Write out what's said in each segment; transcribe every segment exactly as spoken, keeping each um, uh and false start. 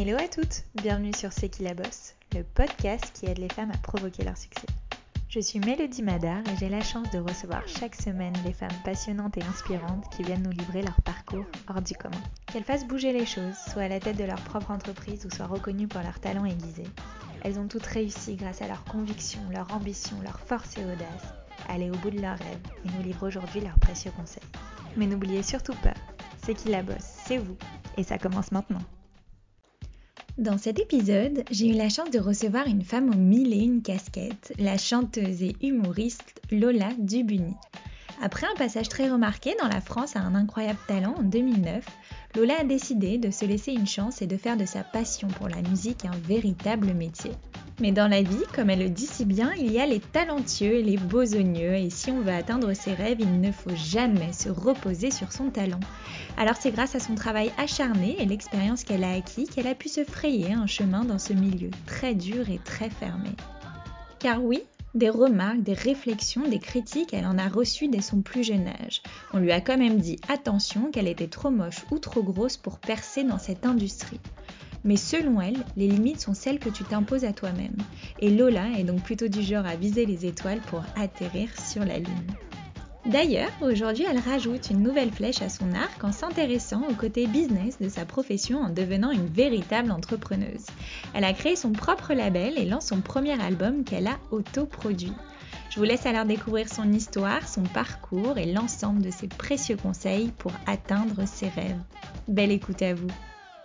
Hello à toutes, bienvenue sur C'est qui la bosse, le podcast qui aide les femmes à provoquer leur succès. Je suis Mélodie Madar et j'ai la chance de recevoir chaque semaine des femmes passionnantes et inspirantes qui viennent nous livrer leur parcours hors du commun. Qu'elles fassent bouger les choses, soit à la tête de leur propre entreprise ou soient reconnues pour leur talent aiguisé, elles ont toutes réussi grâce à leur conviction, leur ambition, leur force et audace à aller au bout de leurs rêves et nous livrent aujourd'hui leurs précieux conseils. Mais n'oubliez surtout pas, C'est qui la bosse, c'est vous, et ça commence maintenant. Dans cet épisode, j'ai eu la chance de recevoir une femme aux mille et une casquettes, la chanteuse et humoriste Lola Dubuni. Après un passage très remarqué dans la France à un incroyable talent en deux mille neuf, Lola a décidé de se laisser une chance et de faire de sa passion pour la musique un véritable métier. Mais dans la vie, comme elle le dit si bien, il y a les talentueux et les besogneux, et si on veut atteindre ses rêves, il ne faut jamais se reposer sur son talent. Alors c'est grâce à son travail acharné et l'expérience qu'elle a acquis qu'elle a pu se frayer un chemin dans ce milieu très dur et très fermé. Car oui, des remarques, des réflexions, des critiques, elle en a reçu dès son plus jeune âge. On lui a quand même dit attention qu'elle était trop moche ou trop grosse pour percer dans cette industrie. Mais selon elle, les limites sont celles que tu t'imposes à toi-même. Et Lola est donc plutôt du genre à viser les étoiles pour atterrir sur la lune. D'ailleurs, aujourd'hui, elle rajoute une nouvelle flèche à son arc en s'intéressant au côté business de sa profession en devenant une véritable entrepreneuse. Elle a créé son propre label et lance son premier album qu'elle a autoproduit. Je vous laisse alors découvrir son histoire, son parcours et l'ensemble de ses précieux conseils pour atteindre ses rêves. Belle écoute à vous.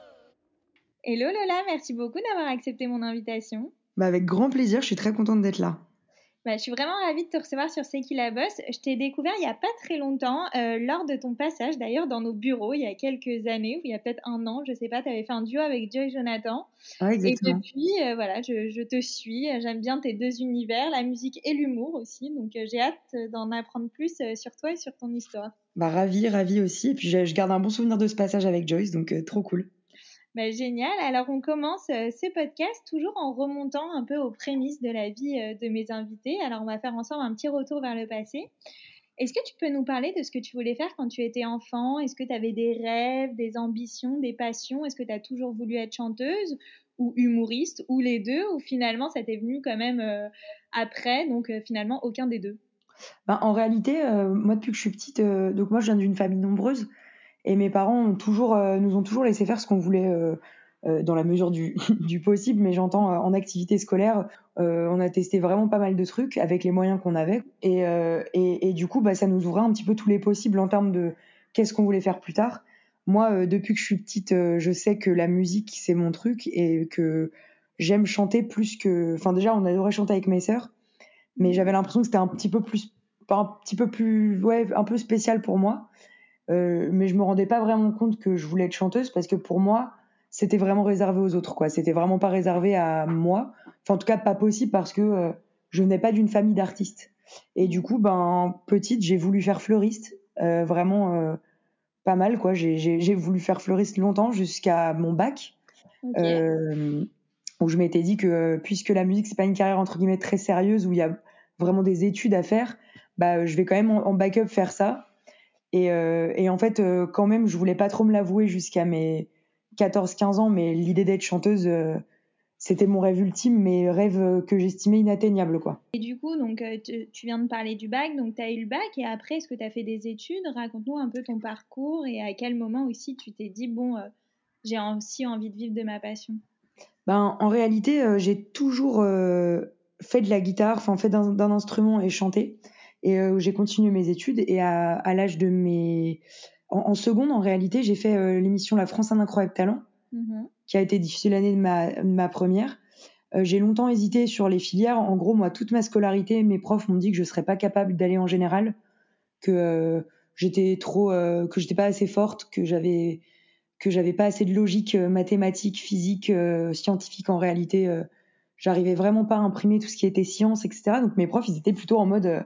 Hello Lola, merci beaucoup d'avoir accepté mon invitation. Bah avec grand plaisir, je suis très contente d'être là. Bah, je suis vraiment ravie de te recevoir sur C'est qui la bosse. Je t'ai découvert il n'y a pas très longtemps, euh, lors de ton passage d'ailleurs dans nos bureaux, il y a quelques années, ou il y a peut-être un an, je sais pas, tu avais fait un duo avec Joy Jonathan. Ouais, Et exactement. depuis, euh, voilà, je, je te suis, j'aime bien tes deux univers, la musique et l'humour aussi, donc euh, j'ai hâte d'en apprendre plus euh, sur toi et sur ton histoire. Bah ravi, ravi aussi. Et puis je, je garde un bon souvenir de ce passage avec Joyce, donc euh, trop cool. Bah, génial. Alors, on commence euh, ces podcasts toujours en remontant un peu aux prémices de la vie euh, de mes invités. Alors, on va faire ensemble un petit retour vers le passé. Est-ce que tu peux nous parler de ce que tu voulais faire quand tu étais enfant? Est-ce que tu avais des rêves, des ambitions, des passions? Est-ce que tu as toujours voulu être chanteuse ou humoriste ou les deux? Ou finalement, ça t'est venu quand même euh, après, donc euh, finalement, aucun des deux? Bah, en réalité, euh, moi depuis que je suis petite, euh, donc moi je viens d'une famille nombreuse et mes parents ont toujours, euh, nous ont toujours laissé faire ce qu'on voulait euh, euh, dans la mesure du, du possible, mais j'entends euh, en activité scolaire, euh, on a testé vraiment pas mal de trucs avec les moyens qu'on avait et, euh, et, et du coup bah, ça nous ouvrait un petit peu tous les possibles en termes de qu'est-ce qu'on voulait faire plus tard. Moi, euh, depuis que je suis petite, euh, je sais que la musique c'est mon truc et que j'aime chanter plus que, enfin déjà on adorait chanter avec mes sœurs, mais j'avais l'impression que c'était un petit peu plus, un petit peu plus, ouais, un peu spécial pour moi. Euh, mais je me rendais pas vraiment compte que je voulais être chanteuse parce que pour moi, c'était vraiment réservé aux autres, quoi. C'était vraiment pas réservé à moi. Enfin, en tout cas, pas possible parce que euh, je venais pas d'une famille d'artistes. Et du coup, ben, petite, j'ai voulu faire fleuriste, euh, vraiment euh, pas mal, quoi. J'ai, j'ai, j'ai voulu faire fleuriste longtemps jusqu'à mon bac, Ok. euh, où je m'étais dit que euh, puisque la musique c'est pas une carrière entre guillemets très sérieuse où il y a vraiment des études à faire, bah je vais quand même en, en backup faire ça. Et, euh, et en fait, euh, quand même, je voulais pas trop me l'avouer jusqu'à mes quatorze quinze ans, mais l'idée d'être chanteuse, euh, c'était mon rêve ultime, mes rêves euh, que j'estimais inatteignables, quoi. Et du coup, donc, euh, tu tu viens de parler du bac, donc tu as eu le bac et après, est-ce que tu as fait des études? Raconte-nous un peu ton parcours et à quel moment aussi tu t'es dit, bon, euh, j'ai aussi envie de vivre de ma passion. Ben, en réalité, euh, j'ai toujours euh, fait de la guitare, enfin fait d'un, d'un instrument et chanté. Et euh, j'ai continué mes études. Et à, à l'âge de mes... En, en seconde, en réalité, j'ai fait euh, l'émission La France a un incroyable talent, Mhm. qui a été diffusée l'année de ma, de ma première. Euh, j'ai longtemps hésité sur les filières. En gros, moi, toute ma scolarité, mes profs m'ont dit que je serais pas capable d'aller en général, que euh, j'étais trop, euh, que j'étais pas assez forte, que j'avais que j'avais pas assez de logique euh, mathématique, physique, euh, scientifique en réalité. Euh, j'arrivais vraiment pas à imprimer tout ce qui était science, et cetera. Donc mes profs, ils étaient plutôt en mode, euh,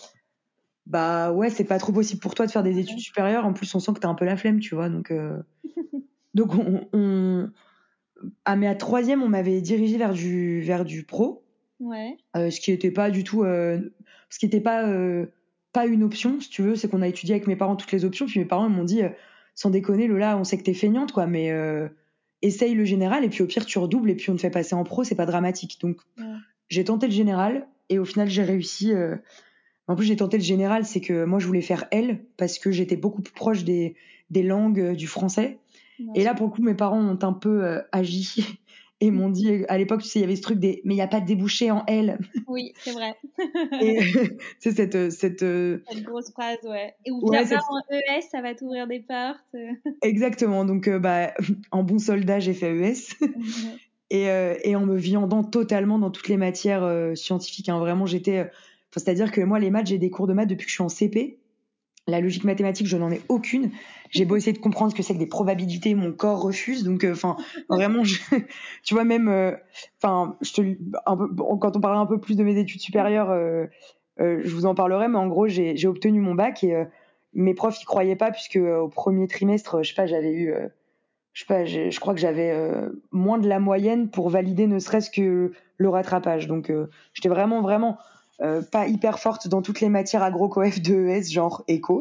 bah ouais, c'est pas trop possible pour toi de faire des études supérieures. En plus, on sent que t'as un peu la flemme, tu vois. Donc, euh, donc on, on, à mes troisième, on m'avait dirigé vers du vers du pro, Ouais. euh, ce qui était pas du tout, euh, ce qui était pas euh, pas une option, si tu veux. C'est qu'on a étudié avec mes parents toutes les options, puis mes parents ils m'ont dit, euh, sans déconner, Lola, on sait que t'es feignante, quoi, mais euh, essaye le général et puis au pire tu redoubles et puis on te fait passer en pro, c'est pas dramatique. Donc ouais. J'ai tenté le général et au final j'ai réussi. Euh... En plus j'ai tenté le général, c'est que moi je voulais faire L parce que j'étais beaucoup plus proche des, des langues euh, du français. Bien et sûr. Là pour le coup mes parents ont un peu euh, agi et m'ont dit, à l'époque tu sais il y avait ce truc des mais il y a pas de débouché en L. Oui, c'est vrai. Et c'est cette cette cette grosse phrase, ouais. Et ou bien ouais, cette... en E S, ça va t'ouvrir des portes. Exactement. Donc euh, bah en bon soldat, j'ai fait E S. Ouais. Et euh, et en me viandant totalement dans toutes les matières euh, scientifiques hein. Vraiment, j'étais euh... enfin, c'est-à-dire que moi les maths, j'ai des cours de maths depuis que je suis en C P. La logique mathématique, je n'en ai aucune. J'ai beau essayer de comprendre ce que c'est que des probabilités, mon corps refuse. Donc, enfin, euh, vraiment, je, tu vois, même, enfin, euh, je te, un peu, quand on parlera un peu plus de mes études supérieures, euh, euh, je vous en parlerai. Mais en gros, j'ai, j'ai obtenu mon bac et euh, mes profs y croyaient pas puisque euh, au premier trimestre, je sais pas, j'avais eu, euh, je sais pas, je crois que j'avais euh, moins de la moyenne pour valider ne serait-ce que le rattrapage. Donc, euh, j'étais vraiment, vraiment. Euh, pas hyper forte dans toutes les matières agro-coef de E S, genre éco,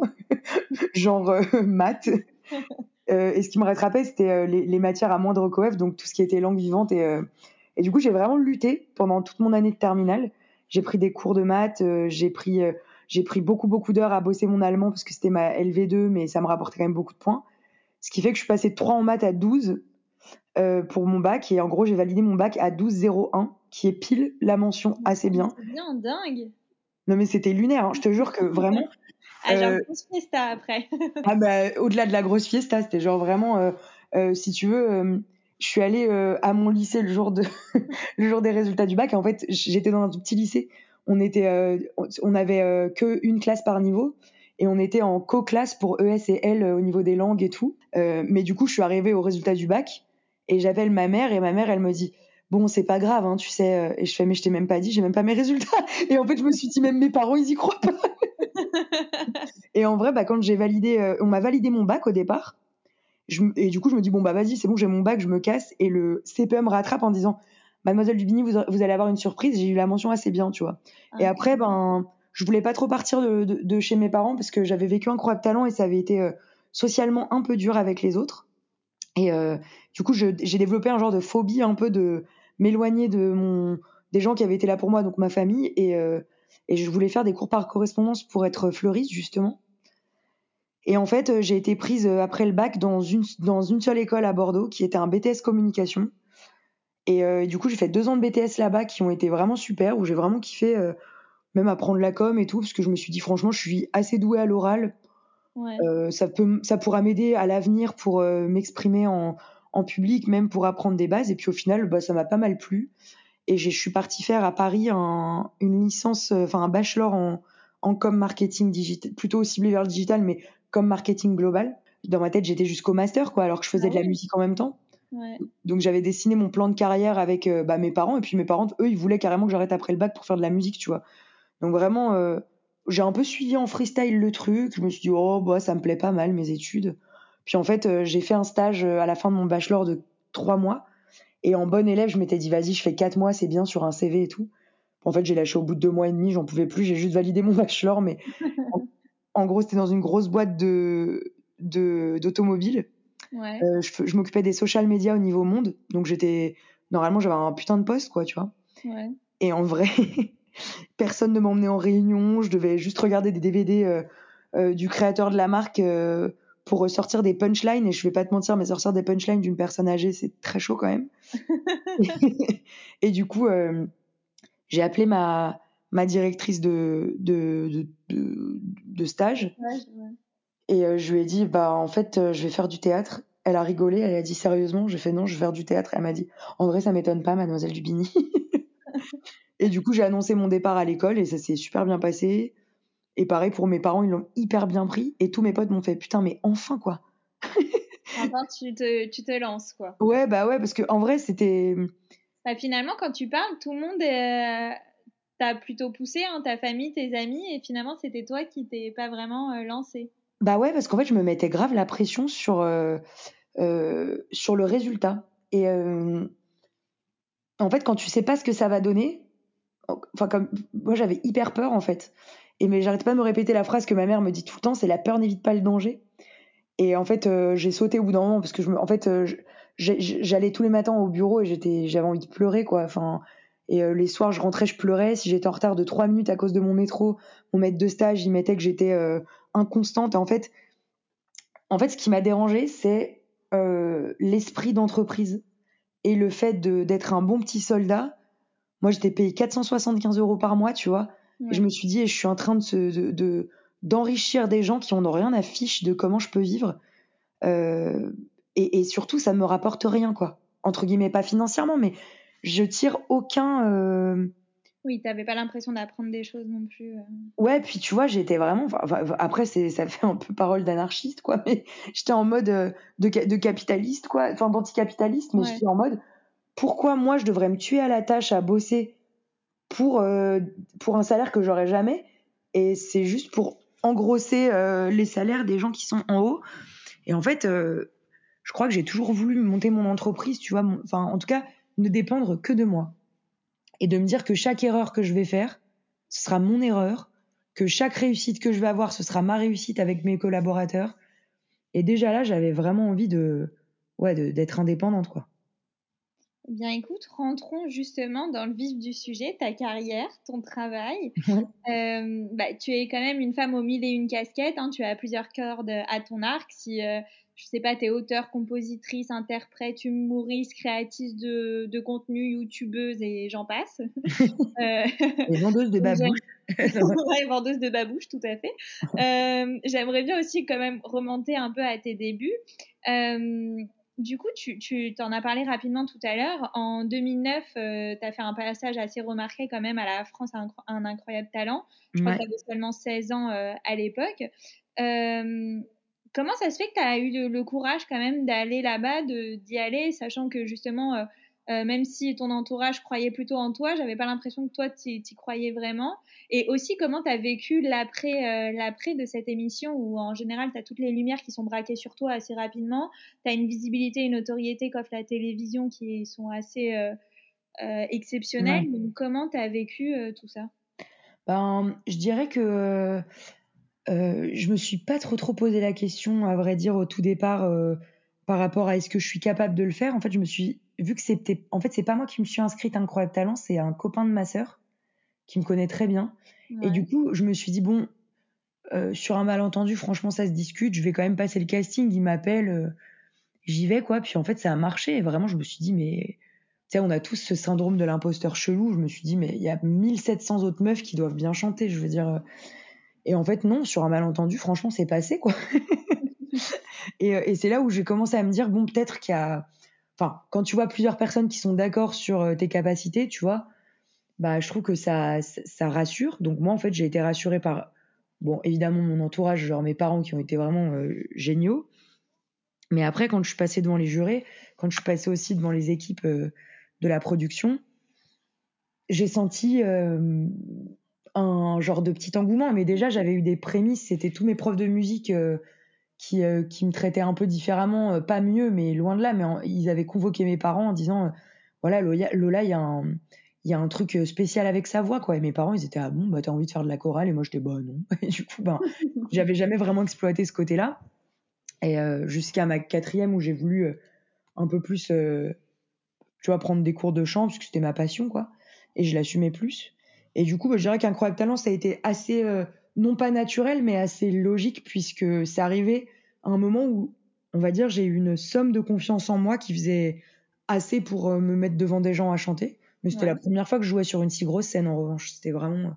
genre euh, maths. Euh, et ce qui me rattrapait, c'était euh, les, les matières à moindre coef, donc tout ce qui était langue vivante. Et, euh, et du coup, j'ai vraiment lutté pendant toute mon année de terminale. J'ai pris des cours de maths, euh, j'ai pris, euh, j'ai pris beaucoup, beaucoup d'heures à bosser mon allemand parce que c'était ma L V deux, mais ça me rapportait quand même beaucoup de points. Ce qui fait que je suis passée de trois en maths à douze euh, pour mon bac. Et en gros, j'ai validé mon bac à douze virgule zéro un, qui est pile la mention assez bien. C'est bien, dingue. Non mais c'était lunaire, hein. Je te jure que vraiment. Ah, genre euh... grosse fiesta après. Ah bah au-delà de la grosse fiesta, c'était genre vraiment, euh, euh, si tu veux, euh, je suis allée euh, à mon lycée le jour de le jour des résultats du bac. Et en fait, j'étais dans un tout petit lycée. On était, euh, on avait euh, que une classe par niveau et on était en co-classe pour E S et L euh, au niveau des langues et tout. Euh, mais du coup, je suis arrivée au résultat du bac et j'appelle ma mère et ma mère, elle me dit. Bon, c'est pas grave, hein, tu sais. Et je fais, mais je t'ai même pas dit, j'ai même pas mes résultats. Et en fait, je me suis dit, même mes parents, ils y croient pas. Et en vrai, bah, quand j'ai validé, euh, on m'a validé mon bac au départ. Je, et du coup, je me dis, bon, bah, vas-y, c'est bon, j'ai mon bac, je me casse. Et le C P E me rattrape en disant, Mademoiselle Dubigny, vous, vous allez avoir une surprise. J'ai eu la mention assez bien, tu vois. Ah, et après, ben, je voulais pas trop partir de, de, de chez mes parents parce que j'avais vécu un incroyable talent et ça avait été euh, socialement un peu dur avec les autres. Et euh, du coup, je, j'ai développé un genre de phobie un peu de m'éloigner de mon, des gens qui avaient été là pour moi, donc ma famille. Et, euh, et je voulais faire des cours par correspondance pour être fleuriste, justement. Et en fait, j'ai été prise après le bac dans une, dans une seule école à Bordeaux, qui était un B T S communication. Et, euh, et du coup, j'ai fait deux ans de B T S là-bas qui ont été vraiment super, où j'ai vraiment kiffé euh, même apprendre la com et tout, parce que je me suis dit, franchement, je suis assez douée à l'oral. Ouais. Euh, ça, peut, ça pourra m'aider à l'avenir pour euh, m'exprimer en, en public, même pour apprendre des bases. Et puis au final, bah, ça m'a pas mal plu. Et je suis partie faire à Paris un, une licence, enfin un bachelor en, en com marketing digital, plutôt ciblé vers le digital, mais comme marketing global. Dans ma tête, j'étais jusqu'au master, quoi, alors que je faisais ah de la oui. musique en même temps. Ouais. Donc j'avais dessiné mon plan de carrière avec euh, bah, mes parents, et puis mes parents, eux, ils voulaient carrément que j'arrête après le bac pour faire de la musique, tu vois. Donc vraiment, euh, j'ai un peu suivi en freestyle le truc. Je me suis dit, oh, bah, ça me plaît pas mal, mes études. Puis en fait, euh, j'ai fait un stage à la fin de mon bachelor de trois mois. Et en bonne élève, je m'étais dit, vas-y, je fais quatre mois, c'est bien sur un C V et tout. En fait, j'ai lâché au bout de deux mois et demi, j'en pouvais plus, j'ai juste validé mon bachelor, mais en, en gros, c'était dans une grosse boîte de, de, d'automobile. Ouais. Euh, je, je m'occupais des social media au niveau monde, donc j'étais, normalement, j'avais un putain de poste, quoi, tu vois. Ouais. Et en vrai, personne ne m'emmenait en réunion, je devais juste regarder des D V D euh, euh, du créateur de la marque euh, pour sortir des punchlines, et je vais pas te mentir, mais sortir des punchlines d'une personne âgée, c'est très chaud quand même. Et du coup, euh, j'ai appelé ma, ma directrice de, de, de, de, de stage. Ouais, ouais. Et euh, je lui ai dit, bah, en fait, euh, je vais faire du théâtre. Elle a rigolé, elle a dit sérieusement. J'ai fait non, je vais faire du théâtre. Elle m'a dit, en vrai, ça m'étonne pas, Mademoiselle Dubigny. Et du coup, j'ai annoncé mon départ à l'école et ça s'est super bien passé. Et pareil, pour mes parents, ils l'ont hyper bien pris. Et tous mes potes m'ont fait, putain, mais enfin, quoi. Enfin, tu te, tu te lances, quoi. Ouais, bah ouais, parce que en vrai, c'était. Bah, finalement, quand tu parles, tout le monde est... t'a plutôt poussé, hein, ta famille, tes amis, et finalement, c'était toi qui t'es pas vraiment euh, lancé. Bah ouais, parce qu'en fait, je me mettais grave la pression sur, euh, euh, sur le résultat. Et euh, en fait, quand tu sais pas ce que ça va donner, enfin, comme moi, j'avais hyper peur, en fait. Et mais j'arrête pas de me répéter la phrase que ma mère me dit tout le temps, c'est la peur n'évite pas le danger. Et en fait, euh, j'ai sauté au bout d'un moment parce que je me, en fait, euh, je, j'allais tous les matins au bureau et j'étais, j'avais envie de pleurer, quoi. Enfin, et euh, les soirs, je rentrais, je pleurais. Si j'étais en retard de trois minutes à cause de mon métro, mon maître de stage, il mettait que j'étais euh, inconstante. Et en fait, en fait, ce qui m'a dérangée, c'est euh, l'esprit d'entreprise et le fait de, d'être un bon petit soldat. Moi, j'étais payée quatre cent soixante-quinze euros par mois, tu vois. Ouais. Et je me suis dit, et je suis en train de, se, de, de d'enrichir des gens qui en ont rien à fiche de comment je peux vivre. Euh, et, et surtout, ça me rapporte rien, quoi. Entre guillemets, pas financièrement, mais je tire aucun. Euh... Oui, t'avais pas l'impression d'apprendre des choses non plus. Euh... Ouais, puis tu vois, j'étais vraiment. Enfin, après, c'est, ça fait un peu parole d'anarchiste, quoi. Mais j'étais en mode euh, de, de capitaliste, quoi. Enfin, d'anticapitaliste, mais ouais. J'étais en mode pourquoi moi je devrais me tuer à la tâche à bosser pour euh, pour un salaire que j'aurais jamais, et c'est juste pour engrosser euh, les salaires des gens qui sont en haut. Et en fait, euh, je crois que j'ai toujours voulu monter mon entreprise, tu vois, mon, enfin, en tout cas, ne dépendre que de moi. Et de me dire que chaque erreur que je vais faire, ce sera mon erreur, que chaque réussite que je vais avoir, ce sera ma réussite avec mes collaborateurs. Et déjà là, j'avais vraiment envie de, ouais, de, d'être indépendante, quoi. Eh bien, écoute, rentrons justement dans le vif du sujet, ta carrière, ton travail. Ouais. Euh, bah, tu es quand même une femme aux mille et une casquettes, hein, tu as plusieurs cordes à ton arc. Si, euh, je sais pas, tu es auteure, compositrice, interprète, humoriste, créatrice de, de contenu, youtubeuse et j'en passe. euh... Et vendeuse de babouche. Ouais, vendeuse de babouche, tout à fait. Euh, j'aimerais bien aussi quand même remonter un peu à tes débuts. Euh, Du coup, tu, tu t'en as parlé rapidement tout à l'heure. En deux mille neuf, euh, tu as fait un passage assez remarqué quand même à la France, un, un incroyable talent. Je crois ouais. que tu avais seulement seize ans euh, à l'époque. Euh, comment ça se fait que tu as eu le, le courage quand même d'aller là-bas, de, d'y aller, sachant que justement, euh, euh, même si ton entourage croyait plutôt en toi, j'avais pas l'impression que toi, tu y croyais vraiment. Et aussi, comment tu as vécu l'après, euh, l'après de cette émission où en général, tu as toutes les lumières qui sont braquées sur toi assez rapidement. Tu as une visibilité, une notoriété qu'offre la télévision qui sont assez euh, euh, exceptionnelles. Ouais. Donc, comment tu as vécu euh, tout ça? Ben, je dirais que euh, je me suis pas trop trop posé la question, à vrai dire, au tout départ, euh, par rapport à est-ce que je suis capable de le faire. En fait, je me suis vu que c'était, en fait, c'est pas moi qui me suis inscrite à Incroyable Talent, c'est un copain de ma sœur qui me connaît très bien. Ouais. Et du coup, je me suis dit bon, euh, sur un malentendu, franchement, ça se discute. Je vais quand même passer le casting. Il m'appelle, euh, j'y vais quoi. Puis en fait, ça a marché. Et vraiment, je me suis dit mais, tu sais, on a tous ce syndrome de l'imposteur chelou. Je me suis dit mais il y a mille sept cents autres meufs qui doivent bien chanter. Je veux dire. Et en fait, non, sur un malentendu, franchement, c'est passé, quoi. et, et c'est là où j'ai commencé à me dire, bon, peut-être qu'il y a... Enfin, quand tu vois plusieurs personnes qui sont d'accord sur tes capacités, tu vois, bah, je trouve que ça, ça, ça rassure. Donc moi, en fait, j'ai été rassurée par, bon, évidemment, mon entourage, genre mes parents qui ont été vraiment euh, géniaux. Mais après, quand je suis passée devant les jurés, quand je suis passée aussi devant les équipes euh, de la production, j'ai senti... Euh, un genre de petit engouement, mais déjà j'avais eu des prémices, c'était tous mes profs de musique euh, qui, euh, qui me traitaient un peu différemment, euh, pas mieux, mais loin de là, mais en, ils avaient convoqué mes parents en disant euh, voilà, Lola, il y a un il y a un truc spécial avec sa voix, quoi. Et mes parents, ils étaient ah bon, bah t'as envie de faire de la chorale, et moi j'étais bah non. Et du coup, ben j'avais jamais vraiment exploité ce côté-là, et euh, jusqu'à ma quatrième où j'ai voulu euh, un peu plus, euh, tu vois, prendre des cours de chant parce que c'était ma passion, quoi, et je l'assumais plus. Et du coup, bah, je dirais qu'Incroyable Talent, ça a été assez, euh, non pas naturel, mais assez logique, puisque c'est arrivé à un moment où, on va dire, j'ai eu une somme de confiance en moi qui faisait assez pour euh, me mettre devant des gens à chanter. Mais c'était ouais. la première fois que je jouais sur une si grosse scène, en revanche. C'était vraiment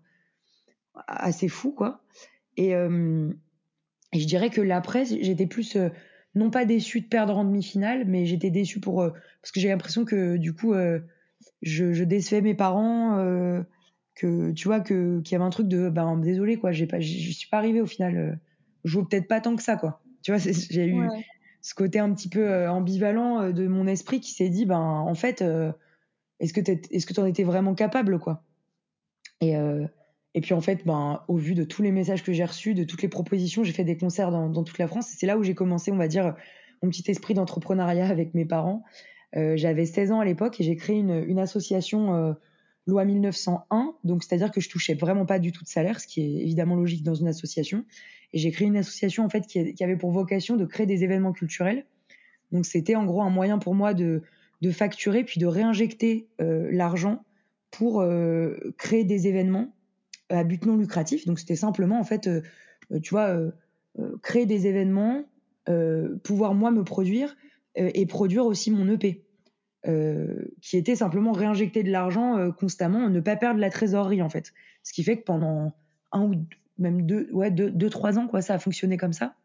assez fou, quoi. Et, euh, et je dirais que l'après, j'étais plus, euh, non pas déçue de perdre en demi-finale, mais j'étais déçue pour... Euh, parce que j'ai l'impression que, du coup, euh, je, je décevais mes parents... Euh, que tu vois que qu'il y avait un truc de ben désolé quoi, j'ai pas je suis pas arrivée au final, euh, je vaux peut-être pas tant que ça quoi, tu vois. J'ai eu ouais. ce côté un petit peu euh, ambivalent euh, de mon esprit qui s'est dit ben en fait euh, est-ce que t'es, est-ce que t'en étais vraiment capable quoi. Et euh, et puis en fait ben au vu de tous les messages que j'ai reçus, de toutes les propositions, j'ai fait des concerts dans, dans toute la France, et c'est là où j'ai commencé, on va dire, mon petit esprit d'entrepreneuriat avec mes parents. Euh, j'avais seize ans à l'époque et j'ai créé une, une association euh, loi mille neuf cent un, donc c'est-à-dire que je touchais vraiment pas du tout de salaire, ce qui est évidemment logique dans une association. Et j'ai créé une association en fait qui, qui avait pour vocation de créer des événements culturels Donc c'était en gros un moyen pour moi de, de facturer puis de réinjecter euh, l'argent pour euh, créer des événements à but non lucratif. Donc c'était simplement en fait, euh, tu vois, euh, euh, créer des événements, euh, pouvoir moi me produire euh, et produire aussi mon E P. Euh, qui était simplement réinjecter de l'argent euh, constamment, ne pas perdre la trésorerie en fait. Ce qui fait que pendant un ou deux, même deux, ouais, deux, deux, trois ans, quoi, ça a fonctionné comme ça.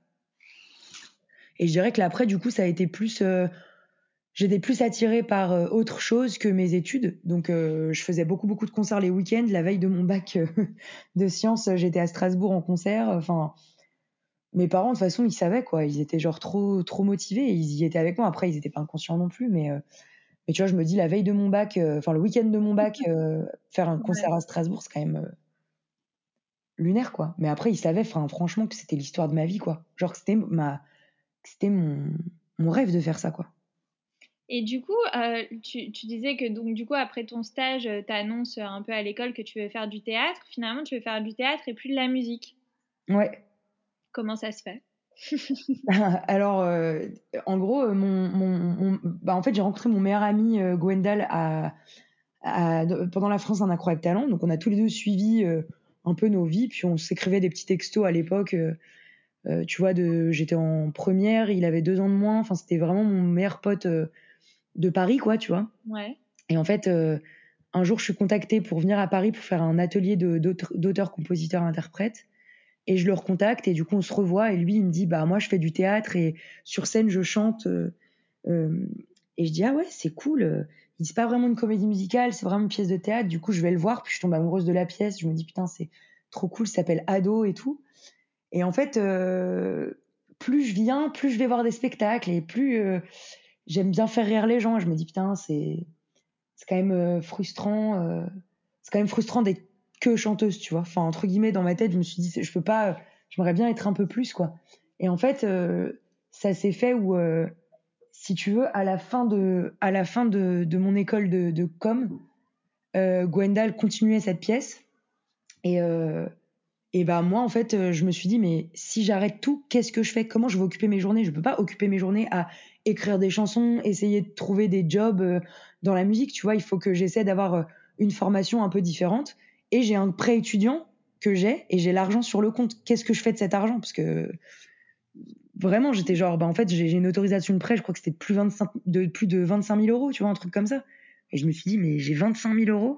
Et je dirais que là, après, du coup, ça a été plus, euh, j'étais plus attirée par euh, autre chose que mes études. Donc, euh, je faisais beaucoup, beaucoup de concerts les week-ends. La veille de mon bac euh, de sciences, j'étais à Strasbourg en concert. Enfin, mes parents, de toute façon, ils savaient, quoi. Ils étaient genre trop, trop motivés. Et ils y étaient avec moi. Après, ils étaient pas inconscients non plus, mais, euh, mais tu vois, je me dis, la veille de mon bac, euh, enfin, le week-end de mon bac, euh, faire un concert Ouais. à Strasbourg, c'est quand même euh, lunaire, quoi. Mais après, ils savaient, enfin, franchement, que c'était l'histoire de ma vie, quoi. Genre, que c'était ma, que c'était mon, mon rêve de faire ça, quoi. Et du coup, euh, tu, tu disais que donc du coup après ton stage, tu annonces un peu à l'école que tu veux faire du théâtre. Finalement, tu veux faire du théâtre et plus de la musique. Ouais. Comment ça se fait? Alors, euh, en gros, euh, mon, mon, mon- bah, en fait, j'ai rencontré mon meilleur ami euh, Gwendal à, à- de- pendant la France un incroyable talent. Donc, on a tous les deux suivi euh, un peu nos vies, puis on s'écrivait des petits textos à l'époque. euh, euh, tu vois, de, j'étais en première, il avait deux ans de moins. Enfin, c'était vraiment mon meilleur pote euh, de Paris, quoi, tu vois. Ouais. Et en fait, euh, un jour, je suis contactée pour venir à Paris pour faire un atelier de, d'auteur, d'auteur, compositeur, interprète. Et je le recontacte et du coup on se revoit et lui il me dit bah moi je fais du théâtre et sur scène je chante euh, euh, et je dis ah ouais c'est cool. euh. Il dit c'est pas vraiment une comédie musicale, c'est vraiment une pièce de théâtre. Du coup je vais le voir puis je tombe amoureuse de la pièce. Je me dis putain c'est trop cool, ça s'appelle Ado et tout. Et en fait euh, plus je viens, plus je vais voir des spectacles et plus euh, j'aime bien faire rire les gens. Et je me dis putain c'est c'est quand même euh, frustrant. euh, c'est quand même frustrant d'être que chanteuse, tu vois. Enfin, entre guillemets, dans ma tête, je me suis dit, je peux pas, j'aimerais bien être un peu plus, quoi. Et en fait, euh, ça s'est fait où, euh, si tu veux, à la fin de, à la fin de, de mon école de, de com, euh, Gwendal continuait cette pièce. Et, euh, et bah, moi, en fait, euh, je me suis dit, mais si j'arrête tout, qu'est-ce que je fais? Comment je vais occuper mes journées? Je peux pas occuper mes journées à écrire des chansons, essayer de trouver des jobs euh, dans la musique, tu vois. Il faut que j'essaie d'avoir euh, une formation un peu différente. Et j'ai un prêt étudiant que j'ai et j'ai l'argent sur le compte. Qu'est-ce que je fais de cet argent? Parce que vraiment, j'étais genre, bah, en fait, j'ai j'ai une autorisation de prêt, je crois que c'était de plus, vingt-cinq, de plus de vingt-cinq mille euros, tu vois, un truc comme ça. Et je me suis dit, mais j'ai vingt-cinq mille euros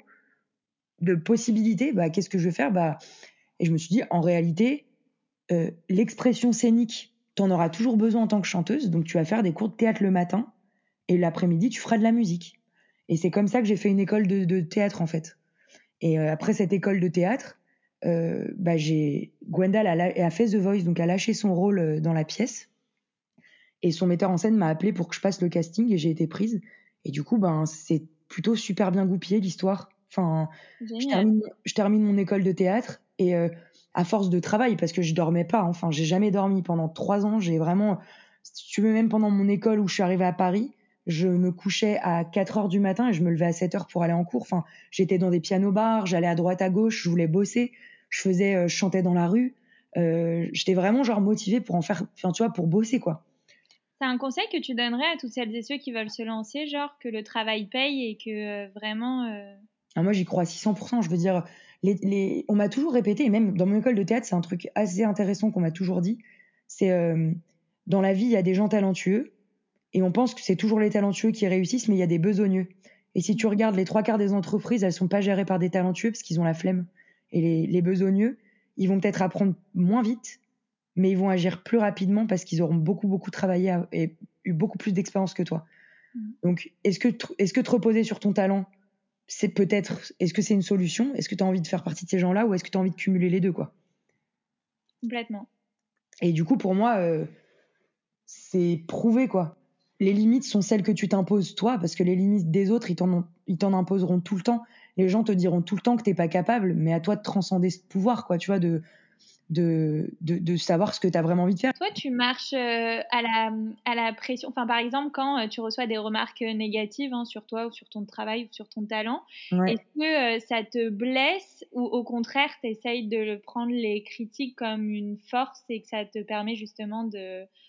de possibilités, bah, qu'est-ce que je vais faire? Bah, et je me suis dit, en réalité, euh, l'expression scénique, t'en auras toujours besoin en tant que chanteuse, donc tu vas faire des cours de théâtre le matin et l'après-midi, tu feras de la musique. Et c'est comme ça que j'ai fait une école de, de théâtre, en fait. Et euh, après cette école de théâtre, euh, bah, j'ai Gwendal a, a fait The Voice, donc a lâché son rôle euh, dans la pièce. Et son metteur en scène m'a appelé pour que je passe le casting et j'ai été prise. Et du coup, ben, c'est plutôt super bien goupillé l'histoire. Enfin, je Génial. termine, je termine mon école de théâtre et euh, à force de travail, parce que je dormais pas, enfin, j'ai jamais dormi pendant trois ans. J'ai vraiment, si tu veux, même pendant mon école où je suis arrivée à Paris, je me couchais à quatre heures du matin et je me levais à sept heures pour aller en cours. Enfin, j'étais dans des pianos-bars, j'allais à droite à gauche, je voulais bosser, je faisais, euh, je chantais dans la rue. Euh, j'étais vraiment genre motivée pour en faire, enfin, tu vois, pour bosser, quoi. C'est un conseil que tu donnerais à toutes celles et ceux qui veulent se lancer, genre que le travail paye et que euh, vraiment. euh, Ah, moi, j'y crois à six cents pour cent. Je veux dire, les, les... on m'a toujours répété, et même dans mon école de théâtre, c'est un truc assez intéressant qu'on m'a toujours dit. C'est euh, dans la vie, il y a des gens talentueux, et on pense que c'est toujours les talentueux qui réussissent, mais il y a des besogneux. Et si tu regardes les trois quarts des entreprises, elles sont pas gérées par des talentueux parce qu'ils ont la flemme. Et les, les besogneux, ils vont peut-être apprendre moins vite, mais ils vont agir plus rapidement parce qu'ils auront beaucoup, beaucoup travaillé à- et eu beaucoup plus d'expérience que toi. Mm. Donc, est-ce que, te- est-ce que te reposer sur ton talent, c'est peut-être, est-ce que c'est une solution? Est-ce que tu as envie de faire partie de ces gens-là ou est-ce que tu as envie de cumuler les deux, quoi? Complètement. Et du coup, pour moi, euh, c'est prouvé, quoi. Les limites sont celles que tu t'imposes toi, parce que les limites des autres, ils t'en, ont- ils t'en imposeront tout le temps. Les gens te diront tout le temps que t'es pas capable, mais à toi de transcender ce pouvoir, quoi, tu vois, de, de, de, de savoir ce que tu as vraiment envie de faire. Toi, tu marches euh, à la, à la pression. Enfin, par exemple, quand euh, tu reçois des remarques euh, négatives hein, sur toi ou sur ton travail ou sur ton talent, Ouais. est-ce que euh, ça te blesse ou au contraire, tu essayes de le prendre les critiques comme une force et que ça te permet justement de,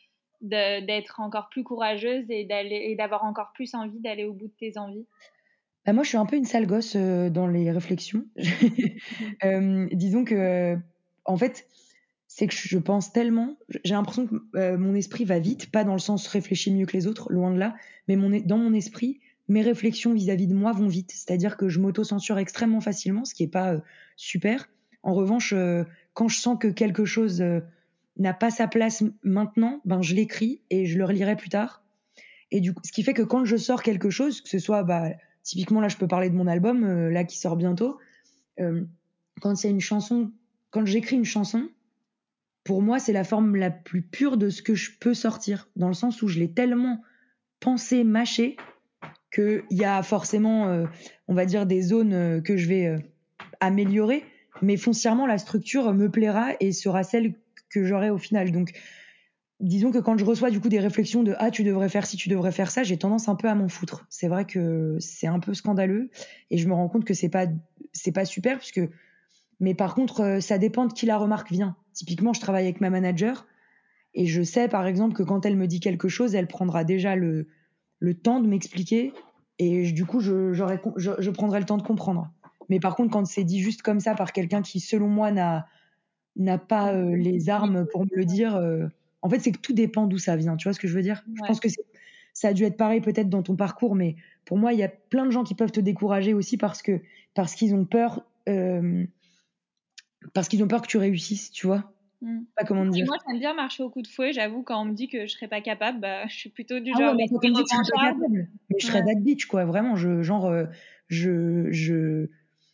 de, d'être encore plus courageuse et, d'aller, et d'avoir encore plus envie d'aller au bout de tes envies? Bah, moi, je suis un peu une sale gosse euh, dans les réflexions. Euh, disons que, en fait, c'est que je pense tellement. J'ai l'impression que euh, mon esprit va vite, pas dans le sens réfléchir mieux que les autres, loin de là, mais mon, dans mon esprit, mes réflexions vis-à-vis de moi vont vite. C'est-à-dire que je m'auto-censure extrêmement facilement, ce qui est pas euh, super. En revanche, euh, quand je sens que quelque chose euh, n'a pas sa place maintenant, ben je l'écris et je le relirai plus tard. Et du coup, ce qui fait que quand je sors quelque chose, que ce soit, bah, typiquement là, je peux parler de mon album, euh, là qui sort bientôt. Euh, quand il y a une chanson, quand j'écris une chanson, pour moi, c'est la forme la plus pure de ce que je peux sortir, dans le sens où je l'ai tellement pensé, mâché, qu'il y a forcément, euh, on va dire, des zones euh, que je vais euh, améliorer, mais foncièrement, la structure me plaira et sera celle que j'aurai au final. Donc, disons que quand je reçois du coup des réflexions de ah tu devrais faire ci, tu devrais faire ça, j'ai tendance un peu à m'en foutre. C'est vrai que c'est un peu scandaleux et je me rends compte que c'est pas c'est pas super puisque mais par contre euh, ça dépend de qui la remarque vient. Typiquement, je travaille avec ma manager et je sais par exemple que quand elle me dit quelque chose, elle prendra déjà le le temps de m'expliquer et je- du coup je j'aurai je, je prendrai le temps de comprendre. Mais par contre quand c'est dit juste comme ça par quelqu'un qui selon moi n'a n'a pas euh, les armes pour me le dire. euh, En fait, c'est que tout dépend d'où ça vient. Tu vois ce que je veux dire? Je Ouais. pense que c'est- ça a dû être pareil peut-être dans ton parcours, mais pour moi, il y a plein de gens qui peuvent te décourager aussi parce que parce qu'ils ont peur, euh, parce qu'ils ont peur que tu réussisses. Tu vois? Mm. Pas comment te Et dire. moi, j'aime bien marcher au coup de fouet. J'avoue, quand on me dit que je serais pas capable, bah, je suis plutôt du Ah ouais, genre moi quand on esprit me dit que je serais pas revancharde. capable, mais je serais Ouais. that bitch quoi. Vraiment, je genre euh, je je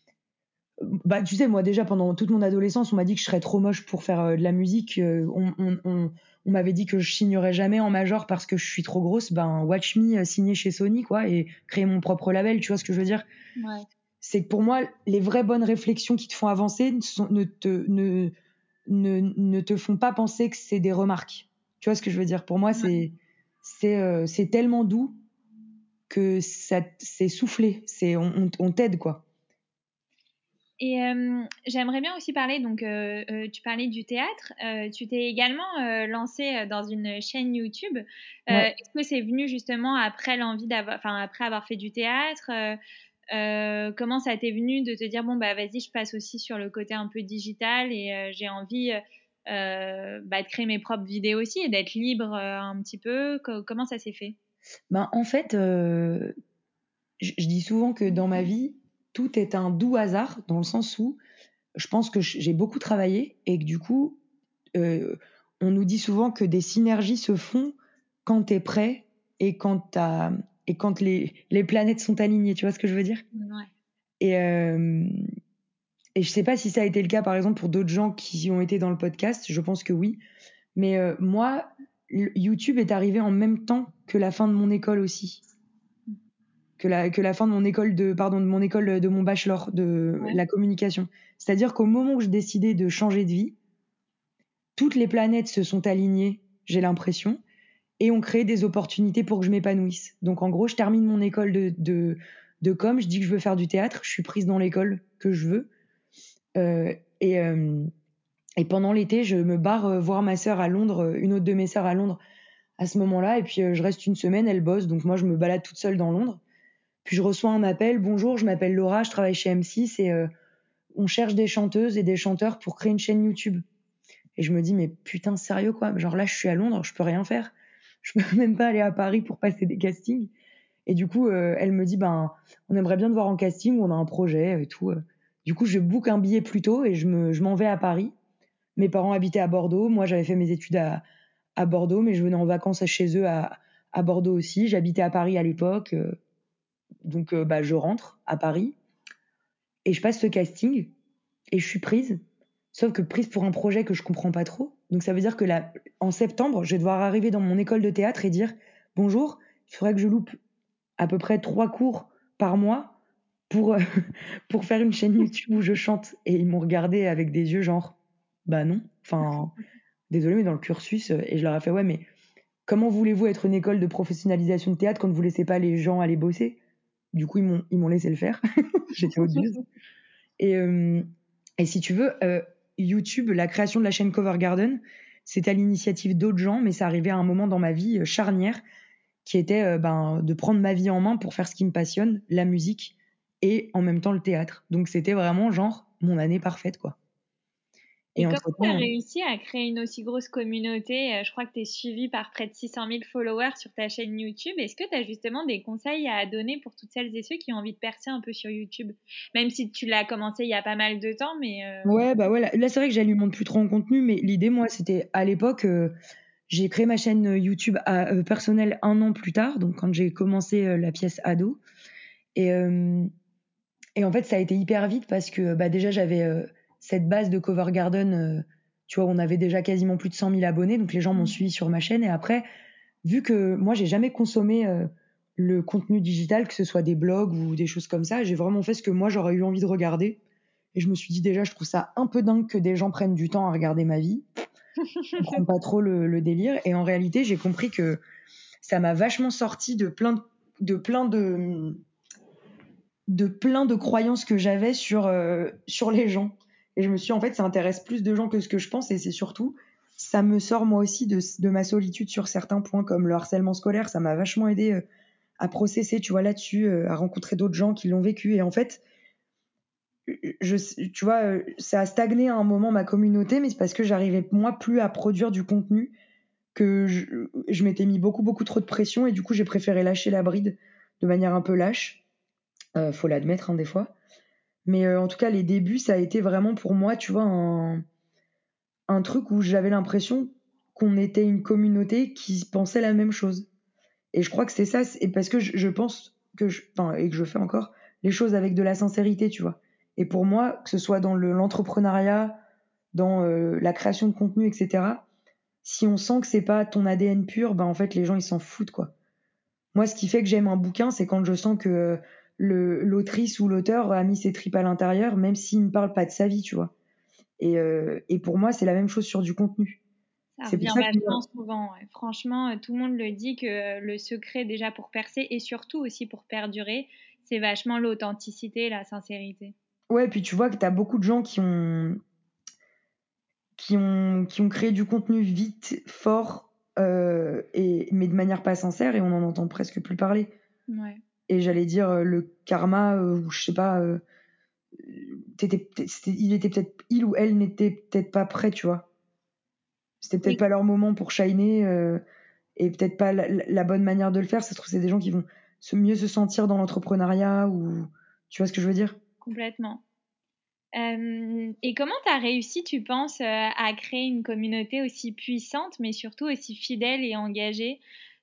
bah, tu sais, moi, déjà, pendant toute mon adolescence, on m'a dit que je serais trop moche pour faire euh, de la musique. Euh, on on, on, on m'avait dit que je signerais jamais en major parce que je suis trop grosse. Ben, Watch Me, euh, signer chez Sony, quoi, et créer mon propre label. Tu vois ce que je veux dire? Ouais. C'est que pour moi, les vraies bonnes réflexions qui te font avancer ne, sont- ne, te, ne, ne, ne te font pas penser que c'est des remarques. Tu vois ce que je veux dire? Pour moi, Ouais. c'est, c'est, euh, c'est tellement doux que ça, c'est soufflé. C'est, on, on, on t'aide, quoi. Et euh, j'aimerais bien aussi parler, donc euh, euh, tu parlais du théâtre, euh, tu t'es également euh, lancé dans une chaîne YouTube. Euh, Ouais. est-ce que c'est venu justement après l'envie d'avoir, enfin après avoir fait du théâtre, euh, euh, comment ça t'est venu de te dire bon bah vas-y je passe aussi sur le côté un peu digital et euh, j'ai envie euh, bah, de créer mes propres vidéos aussi et d'être libre euh, un petit peu. Co- comment ça s'est fait? Ben, en fait, euh, je, je dis souvent que dans ma vie, tout est un doux hasard, dans le sens où je pense que j'ai beaucoup travaillé et que du coup, euh, on nous dit souvent que des synergies se font quand tu es prêt et quand, t'as, et quand les, les planètes sont alignées. Tu vois ce que je veux dire? Ouais. Et, euh, et je sais pas si ça a été le cas, par exemple, pour d'autres gens qui ont été dans le podcast. Je pense que oui. Mais euh, moi, YouTube est arrivé en même temps que la fin de mon école aussi. que la, que la fin de mon école de, pardon, de mon école de mon bachelor de Ouais. la communication. C'est-à-dire qu'au moment où je décidais de changer de vie, toutes les planètes se sont alignées, j'ai l'impression, et ont créé des opportunités pour que je m'épanouisse. Donc en gros, je termine mon école de, de, de com, je dis que je veux faire du théâtre, je suis prise dans l'école que je veux. Euh, et, euh, et pendant l'été, je me barre euh, voir ma sœur à Londres, une autre de mes sœurs à Londres à ce moment-là, et puis euh, je reste une semaine, elle bosse, donc moi je me balade toute seule dans Londres. Puis je reçois un appel, bonjour, je m'appelle Laura, je travaille chez M six et euh, on cherche des chanteuses et des chanteurs pour créer une chaîne YouTube. Et je me dis, mais putain, sérieux quoi? Genre là, je suis à Londres, je peux rien faire. Je peux même pas aller à Paris pour passer des castings. Et du coup, euh, elle me dit, ben, on aimerait bien te voir en casting, on a un projet et tout. Du coup, je book un billet plus tôt et je me, je m'en vais à Paris. Mes parents habitaient à Bordeaux. Moi, j'avais fait mes études à, à Bordeaux, mais je venais en vacances chez eux à, à Bordeaux aussi. J'habitais à Paris à l'époque. Euh, donc, euh, bah, je rentre à Paris et je passe ce casting et je suis prise. Sauf que prise pour un projet que je comprends pas trop. Donc, ça veut dire que là, en septembre, je vais devoir arriver dans mon école de théâtre et dire bonjour, il faudrait que je loupe à peu près trois cours par mois pour, euh, pour faire une chaîne YouTube où je chante. Et ils m'ont regardé avec des yeux genre, bah non. Enfin, désolé, mais dans le cursus. euh, Et je leur ai fait, ouais, mais comment voulez-vous être une école de professionnalisation de théâtre quand vous laissez pas les gens aller bosser? Du coup, ils m'ont, ils m'ont laissé le faire. J'étais odieuse. Et, euh, et si tu veux, euh, YouTube, la création de la chaîne Cover Garden, c'était à l'initiative d'autres gens, mais ça arrivait à un moment dans ma vie euh, charnière qui était euh, ben, de prendre ma vie en main pour faire ce qui me passionne, la musique et en même temps le théâtre. Donc c'était vraiment genre mon année parfaite, quoi. Et Et comment tu as entre-temps, réussi à créer une aussi grosse communauté? Euh, Je crois que tu es suivi par près de six cent mille followers sur ta chaîne YouTube. Est-ce que tu as justement des conseils à donner pour toutes celles et ceux qui ont envie de percer un peu sur YouTube? Même si tu l'as commencé il y a pas mal de temps, mais euh, ouais, bah ouais, là, là, c'est vrai que j'alimente plus trop en contenu, mais l'idée, moi, c'était à l'époque, euh, j'ai créé ma chaîne euh, YouTube à, euh, personnelle un an plus tard, donc quand j'ai commencé euh, la pièce ado. Et, euh, et en fait, ça a été hyper vite parce que bah, déjà, j'avais euh, cette base de Cover Garden, euh, tu vois, on avait déjà quasiment plus de cent mille abonnés, donc les gens m'ont suivi sur ma chaîne. Et après, vu que moi, j'ai jamais consommé euh, le contenu digital, que ce soit des blogs ou des choses comme ça, j'ai vraiment fait ce que moi, j'aurais eu envie de regarder. Et je me suis dit déjà, je trouve ça un peu dingue que des gens prennent du temps à regarder ma vie. Je comprends pas trop le, le délire. Et en réalité, j'ai compris que ça m'a vachement sorti de plein de, de plein de, de plein de croyances que j'avais sur, euh, sur les gens. Et je me suis dit, en fait, ça intéresse plus de gens que ce que je pense. Et c'est surtout, ça me sort moi aussi de, de ma solitude sur certains points, comme le harcèlement scolaire. Ça m'a vachement aidé euh, à processer, tu vois, là-dessus, euh, à rencontrer d'autres gens qui l'ont vécu. Et en fait, je, tu vois, euh, ça a stagné à un moment ma communauté, mais c'est parce que j'arrivais moi plus à produire du contenu, que je, je m'étais mis beaucoup beaucoup trop de pression et du coup j'ai préféré lâcher la bride de manière un peu lâche. Euh, faut l'admettre hein, des fois. Mais euh, en tout cas les débuts ça a été vraiment pour moi, tu vois, un, un truc où j'avais l'impression qu'on était une communauté qui pensait la même chose. Et je crois que c'est ça, et parce que je, je pense que je, enfin, et que je fais encore les choses avec de la sincérité, tu vois. Et pour moi, que ce soit dans le, l'entrepreneuriat, dans euh, la création de contenu, et cetera, si on sent que c'est pas ton A D N pur, ben en fait les gens ils s'en foutent quoi. Moi, ce qui fait que j'aime un bouquin, c'est quand je sens que euh, le, l'autrice ou l'auteur a mis ses tripes à l'intérieur, même s'il ne parle pas de sa vie, tu vois. Et, euh, et pour moi, c'est la même chose sur du contenu. ça C'est pour revient ça que vachement souvent. Ouais. Franchement, euh, tout le monde le dit que euh, le secret déjà pour percer et surtout aussi pour perdurer, c'est vachement l'authenticité, la sincérité. ouais, puis tu vois que t'as beaucoup de gens qui ont qui ont, qui ont créé du contenu vite, fort, euh, et, mais de manière pas sincère, et on en entend presque plus parler. Ouais. Et j'allais dire euh, le karma, euh, ou je sais pas, euh, t'étais, c'était- il était peut-être, il ou elle n'était peut-être pas prêt, tu vois. C'était peut-être Oui, pas leur moment pour shiner, euh, et peut-être pas la, la bonne manière de le faire. Ça se trouve, c'est des gens qui vont se, mieux se sentir dans l'entrepreneuriat, ou tu vois ce que je veux dire? complètement. Euh, et comment tu as réussi, tu penses, euh, à créer une communauté aussi puissante, mais surtout aussi fidèle et engagée?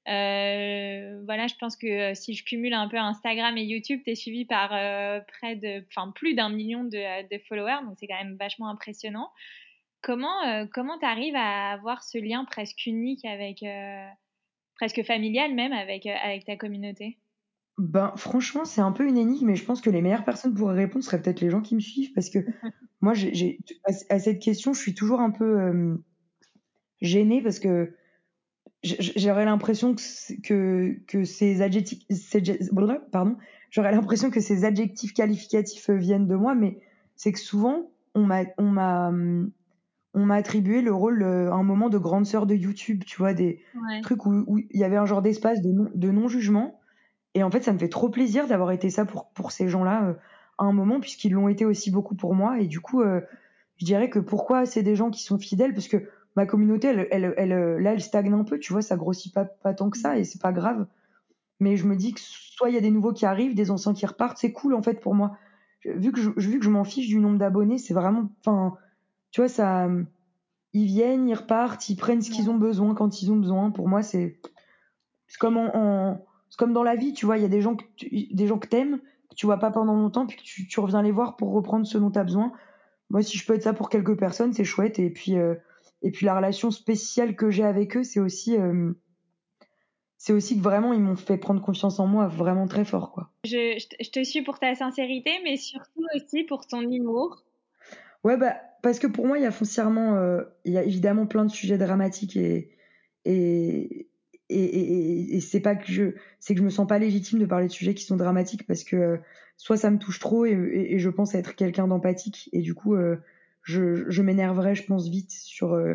Euh, voilà, je pense que euh, si je cumule un peu Instagram et YouTube, tu es suivi par euh, près de, enfin plus d'un million de, euh, de followers, donc c'est quand même vachement impressionnant. Comment euh, comment tu arrives à avoir ce lien presque unique avec, euh, presque familial même avec, euh, avec ta communauté? Ben, franchement, c'est un peu une énigme, mais je pense que les meilleures personnes pour y répondre seraient peut-être les gens qui me suivent, parce que moi, j'ai, j'ai- à, à cette question, je suis toujours un peu euh, gênée parce que j- j- j'aurais l'impression que, c- que, que ces adjectifs, ces adje- blablabla, pardon, j'aurais l'impression que ces adjectifs qualificatifs euh, viennent de moi, mais c'est que souvent, on m'a, on m'a, hum, on m'a attribué le rôle, euh, à un moment de grande sœur de YouTube, tu vois, des Ouais, trucs où où il y avait un genre d'espace de non, de non-jugement. Et en fait, ça me fait trop plaisir d'avoir été ça pour, pour ces gens-là euh, à un moment, puisqu'ils l'ont été aussi beaucoup pour moi. Et du coup, euh, je dirais que pourquoi c'est des gens qui sont fidèles, parce que ma communauté, elle, elle, elle, euh, là, elle stagne un peu, tu vois, ça grossit pas, pas tant que ça, et c'est pas grave. Mais je me dis que soit il y a des nouveaux qui arrivent, des anciens qui repartent, c'est cool en fait pour moi. Je- Vu que je, vu que je m'en fiche du nombre d'abonnés, c'est vraiment, enfin, tu vois, ça, ils viennent, ils repartent, ils prennent ce qu'ils ont ouais, besoin quand ils ont besoin. Pour moi, c'est c'est comme en, en- c'est comme dans la vie, tu vois, il y a des gens que tu, des gens que t'aimes, que tu vois pas pendant longtemps, puis que tu, tu reviens les voir pour reprendre ce dont tu as besoin. Moi, si je peux être ça pour quelques personnes, c'est chouette. Et puis, euh, et puis la relation spéciale que j'ai avec eux, c'est aussi, euh, c'est aussi que vraiment ils m'ont fait prendre confiance en moi, vraiment très fort, quoi. Je, je te je te suis pour ta sincérité, mais surtout aussi pour ton humour. Ouais, bah, parce que pour moi, il y a foncièrement, euh, il y a évidemment plein de sujets dramatiques et, et, et, et, et c'est pas que je, c'est que je me sens pas légitime de parler de sujets qui sont dramatiques parce que euh, soit ça me touche trop et, et, et je pense être quelqu'un d'empathique et du coup, euh, je, je m'énerverais, je pense vite sur, euh,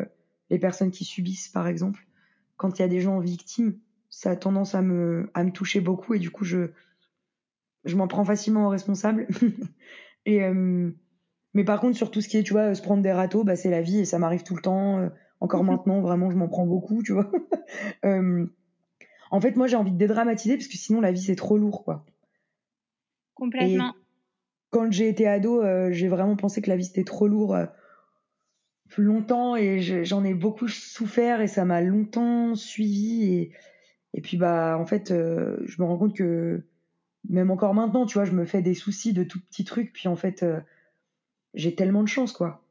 les personnes qui subissent, par exemple. Quand il y a des gens victimes, ça a tendance à me, à me toucher beaucoup et du coup, je, je m'en prends facilement aux responsables. et, euh, mais par contre, sur tout ce qui est, tu vois, se prendre des râteaux, bah, c'est la vie et ça m'arrive tout le temps. Euh, encore maintenant, vraiment, je m'en prends beaucoup, tu vois. euh, en fait, moi, j'ai envie de dédramatiser parce que sinon, la vie, c'est trop lourd, quoi. Complètement. Et quand j'ai été ado, euh, j'ai vraiment pensé que la vie, c'était trop lourd. Euh, plus longtemps et je, j'en ai beaucoup souffert et ça m'a longtemps suivi et, et puis bah en fait euh, je me rends compte que même encore maintenant tu vois je me fais des soucis de tout petits trucs puis en fait euh, j'ai tellement de chance quoi.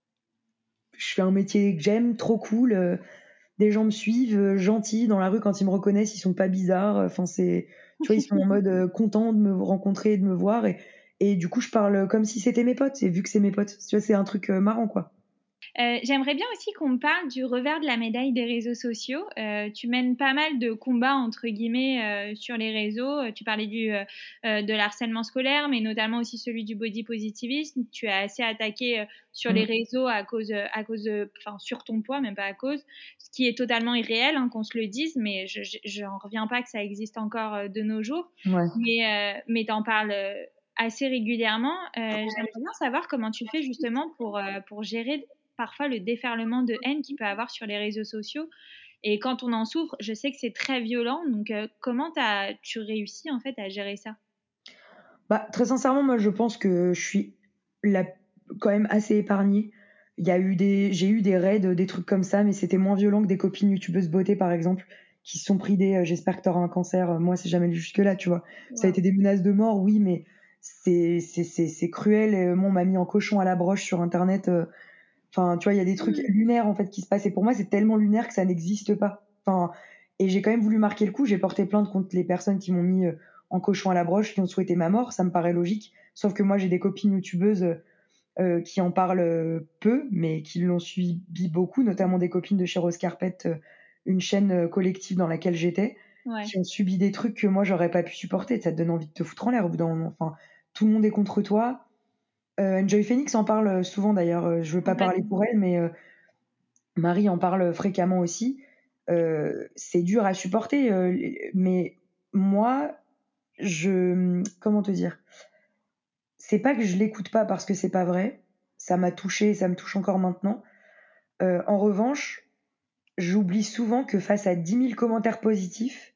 Je fais un métier que j'aime, trop cool, euh, des gens me suivent, euh, gentils dans la rue quand ils me reconnaissent, ils sont pas bizarres, enfin c'est tu vois ils sont en mode euh, contents de me rencontrer et de me voir et et du coup je parle comme si c'était mes potes et vu que c'est mes potes tu vois c'est un truc euh, marrant quoi. Euh, j'aimerais bien aussi qu'on parle du revers de la médaille des réseaux sociaux. Euh, tu mènes pas mal de combats, entre guillemets, euh, sur les réseaux. Euh, Tu parlais du, euh, euh, de l'harcèlement scolaire, mais notamment aussi celui du body positivisme. Tu as assez attaqué euh, sur les Mm. réseaux à cause, euh, à cause de, enfin, sur ton poids, même pas à cause, ce qui est totalement irréel, hein, qu'on se le dise, mais je, je, j'en reviens pas que ça existe encore euh, de nos jours. Ouais. Mais, euh, mais t'en parles euh, assez régulièrement. Euh, j'aimerais bien savoir comment tu fais justement pour, euh, pour gérer parfois le déferlement de haine qu'il peut avoir sur les réseaux sociaux. Et quand on en souffre, je sais que c'est très violent. Donc, euh, comment t'as, tu réussis en fait à gérer ça? Bah, très sincèrement, moi, je pense que je suis la, quand même assez épargnée. Il y a eu des, j'ai eu des raids, des trucs comme ça, mais c'était moins violent que des copines youtubeuses beauté, par exemple, qui se sont pris des, euh, j'espère que t'auras un cancer. Euh, Moi, c'est jamais allé jusque là, tu vois. Ça a Wow. été des menaces de mort, oui, mais c'est, c'est, c'est, c'est cruel. Et, euh, moi, on m'a mis en cochon à la broche sur Internet. euh, Enfin, tu vois, il y a des trucs lunaires, en fait, qui se passent. Et pour moi, c'est tellement lunaire que ça n'existe pas. Enfin, et j'ai quand même voulu marquer le coup. J'ai porté plainte contre les personnes qui m'ont mis euh, en cochon à la broche, qui ont souhaité ma mort. Ça me paraît logique. Sauf que moi, j'ai des copines youtubeuses euh, qui en parlent euh, peu, mais qui l'ont suivi beaucoup, notamment des copines de chez Rose Carpet, euh, une chaîne euh, collective dans laquelle j'étais, Ouais, qui ont subi des trucs que moi, j'aurais pas pu supporter. Ça te donne envie de te foutre en l'air au bout d'un moment. Enfin, tout le monde est contre toi. Euh, Enjoy Phoenix en parle souvent d'ailleurs. Euh, Je veux pas parler complètement. pour elle, mais euh, Marie en parle fréquemment aussi. Euh, c'est dur à supporter, euh, mais moi, je, comment te dire, c'est pas que je l'écoute pas parce que c'est pas vrai. Ça m'a touché, ça me touche encore maintenant. Euh, en revanche, j'oublie souvent que face à dix mille commentaires positifs,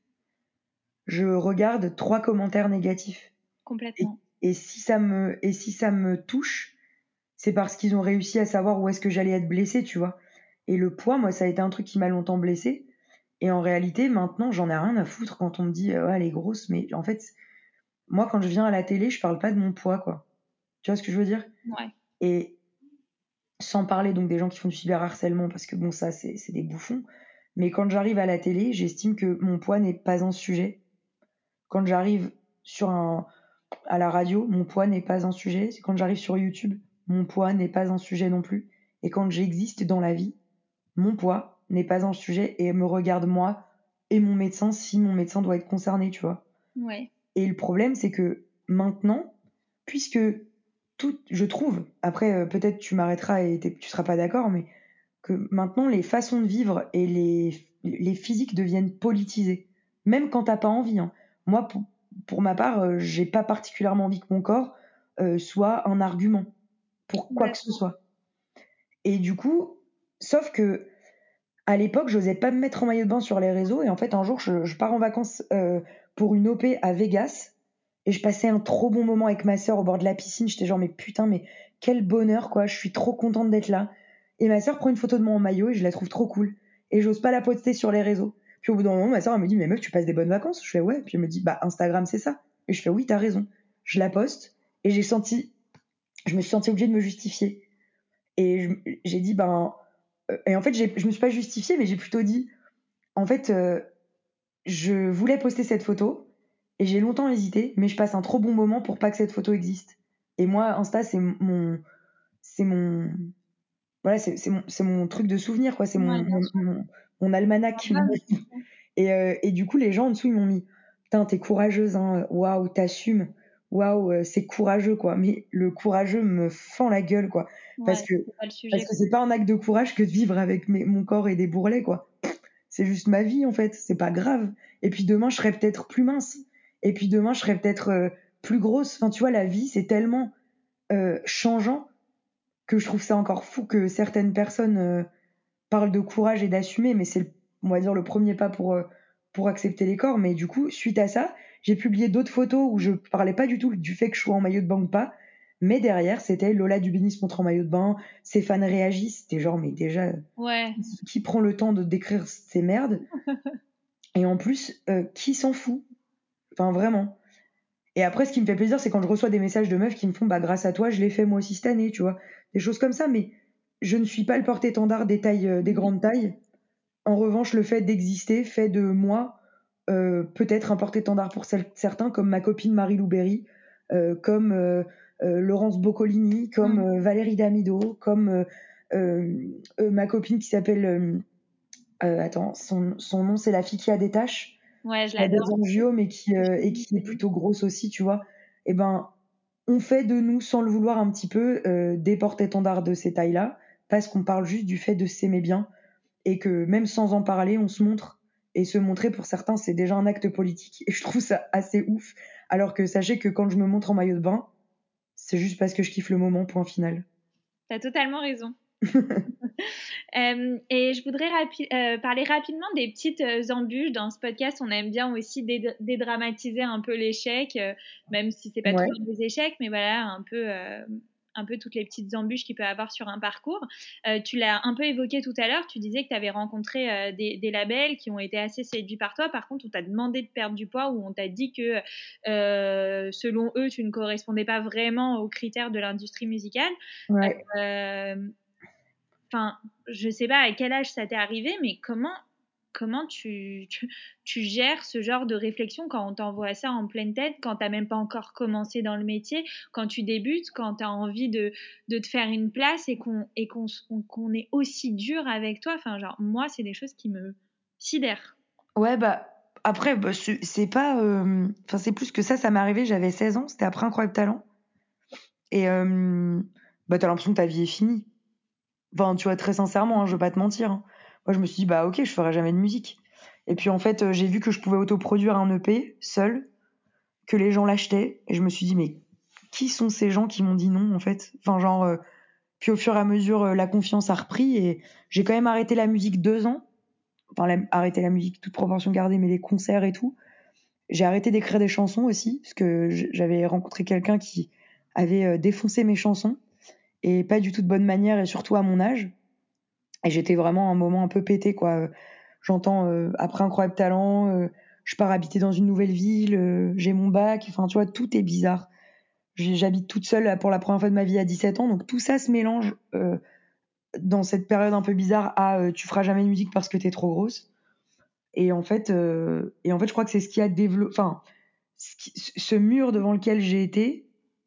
je regarde trois commentaires négatifs. Et, Complètement. et si ça me, et si ça me touche, c'est parce qu'ils ont réussi à savoir où est-ce que j'allais être blessée, tu vois. Et le poids, moi, ça a été un truc qui m'a longtemps blessée. Et en réalité, maintenant, j'en ai rien à foutre quand on me dit, euh, ouais, elle est grosse. Mais en fait, moi, quand je viens à la télé, je parle pas de mon poids, quoi. Tu vois ce que je veux dire? Ouais. Et sans parler donc des gens qui font du cyberharcèlement, parce que bon, ça, c'est c'est des bouffons. Mais quand j'arrive à la télé, j'estime que mon poids n'est pas un sujet. Quand j'arrive sur un, à la radio, mon poids n'est pas un sujet. C'est quand j'arrive sur YouTube, mon poids n'est pas un sujet non plus. Et quand j'existe dans la vie, mon poids n'est pas un sujet et me regarde moi et mon médecin si mon médecin doit être concerné, tu vois. Ouais. Et le problème, c'est que maintenant, puisque tout, je trouve, après euh, peut-être tu m'arrêteras et t'es- tu seras pas d'accord, mais que maintenant les façons de vivre et les, les physiques deviennent politisées, même quand t'as pas envie. Hein. Moi, pour, pour ma part, euh, j'ai pas particulièrement envie que mon corps euh, soit un argument pour quoi que ce Complètement. soit. Et du coup, sauf que à l'époque, j'osais pas me mettre en maillot de bain sur les réseaux. Et en fait, un jour, je, je pars en vacances euh, pour une O P à Vegas. Et je passais un trop bon moment avec ma sœur au bord de la piscine. J'étais genre, mais putain, mais quel bonheur, quoi. Je suis trop contente d'être là. Et ma sœur prend une photo de moi en maillot et je la trouve trop cool. Et j'ose pas la poster sur les réseaux. Puis au bout d'un moment, ma sœur, elle me dit, mais meuf, tu passes des bonnes vacances? Je fais, ouais. Puis elle me dit, bah, Instagram, c'est ça. Et je fais, oui, t'as raison. Je la poste. Et j'ai senti, je me suis sentie obligée de me justifier. Et je- j'ai dit, ben, euh, et en fait, j'ai- je me suis pas justifiée, mais j'ai plutôt dit, en fait, euh, je voulais poster cette photo et j'ai longtemps hésité, mais je passe un trop bon moment pour pas que cette photo existe. Et moi, Insta, c'est mon, c'est mon, voilà, c'est c'est mon, c'est mon truc de souvenir, quoi. C'est Ouais, mon, bien mon, sûr. mon, mon almanach. Ouais, mon- mais je comprends. Et, euh, et du coup, les gens en dessous, ils m'ont mis, putain, t'es courageuse, hein. Waouh, t'assumes. waouh, euh, c'est courageux, quoi. Mais le courageux me fend la gueule, quoi. Parce Ouais, que, c'est pas le sujet. parce que c'est pas un acte de courage que de vivre avec mes- mon corps et des bourrelets, quoi. C'est juste ma vie, en fait. C'est pas grave. Et puis demain, je serai peut-être plus mince. Et puis demain, je serai peut-être euh, plus grosse. Enfin, tu vois, la vie, c'est tellement euh, changeant que je trouve ça encore fou que certaines personnes euh, parlent de courage et d'assumer, mais c'est, le- on va dire, le premier pas pour, euh, pour accepter les corps. Mais du coup, suite à ça, j'ai publié d'autres photos où je parlais pas du tout du fait que je sois en maillot de bain ou pas, mais derrière, c'était Lola Dubini se montre en maillot de bain, ses fans réagissent, c'était genre, mais déjà, Ouais. qui prend le temps de décrire ces merdes? Et en plus, euh, qui s'en fout? Enfin, vraiment. Et après, ce qui me fait plaisir, c'est quand je reçois des messages de meufs qui me font, bah, grâce à toi, je l'ai fait moi aussi cette année, tu vois. Des choses comme ça, mais je ne suis pas le porte-étendard des tailles, euh, des grandes tailles. En revanche, le fait d'exister fait de moi, euh, peut-être un porte-étendard pour cel- certains, comme ma copine Marie-Lou Berry, euh, comme euh, euh, Laurence Boccolini, comme Mm. euh, Valérie Damido, comme euh, euh, euh, ma copine qui s'appelle, euh, euh, attends, son, son nom c'est la fille qui a des taches, Ouais, je qui a des l'adore. angiomes et qui, euh, Je et lis, qui est je lis. plutôt grosse aussi, tu vois. Et ben, on fait de nous, sans le vouloir un petit peu, euh, des porte-étendards de ces tailles-là, parce qu'on parle juste du fait de s'aimer bien, et que même sans en parler, on se montre. Et se montrer, pour certains, c'est déjà un acte politique. Et je trouve ça assez ouf. Alors que sachez que quand je me montre en maillot de bain, c'est juste parce que je kiffe le moment, point final. T'as totalement raison. Euh, et je voudrais rapi- euh, parler rapidement des petites euh, embûches dans ce podcast. On aime bien aussi dé- dédramatiser un peu l'échec, euh, même si c'est pas Ouais. toujours des échecs, mais voilà, un peu, euh, un peu toutes les petites embûches qu'il peut y avoir sur un parcours. Euh, tu l'as un peu évoqué tout à l'heure. Tu disais que tu avais rencontré euh, des, des labels qui ont été assez séduits par toi. Par contre, on t'a demandé de perdre du poids ou on t'a dit que, euh, selon eux, tu ne correspondais pas vraiment aux critères de l'industrie musicale. Ouais. Euh, Enfin, je sais pas à quel âge ça t'est arrivé, mais comment, comment tu, tu, tu gères ce genre de réflexion quand on t'envoie ça en pleine tête, quand t'as même pas encore commencé dans le métier, quand tu débutes, quand t'as envie de, de te faire une place et qu'on et qu'on qu'on est aussi dur avec toi. Enfin, genre, moi, c'est des choses qui me sidèrent. Ouais, bah, après, bah, c'est c'est pas. euh, Enfin, c'est plus que ça, ça m'est arrivé, j'avais seize ans, c'était après Incroyable Talent. Et euh, bah, t'as l'impression que ta vie est finie. Enfin, tu vois, très sincèrement, hein, je veux pas te mentir, hein. Moi, je me suis dit, bah, ok, je ferai jamais de musique. Et puis, en fait, euh, j'ai vu que je pouvais autoproduire un E P seul, que les gens l'achetaient. Et je me suis dit, mais qui sont ces gens qui m'ont dit non, en fait? Enfin, genre. euh, Puis, au fur et à mesure, euh, la confiance a repris. Et j'ai quand même arrêté la musique deux ans. Enfin, la- arrêté la musique, toute proportion gardée, mais les concerts et tout. J'ai arrêté d'écrire des chansons aussi, parce que j'avais rencontré quelqu'un qui avait euh, défoncé mes chansons, et pas du tout de bonne manière, et surtout à mon âge. Et j'étais vraiment à un moment un peu pété, quoi. Euh, J'entends, euh, après Incroyable Talent, euh, je pars habiter dans une nouvelle ville, euh, j'ai mon bac, enfin, tu vois, tout est bizarre. J'ai- J'habite toute seule là, pour la première fois de ma vie à dix-sept ans, donc tout ça se mélange euh, dans cette période un peu bizarre à euh, tu feras jamais de musique parce que t'es trop grosse. Et en fait, euh, et en fait, je crois que c'est ce qui a développé, enfin, ce, qui- ce mur devant lequel j'ai été,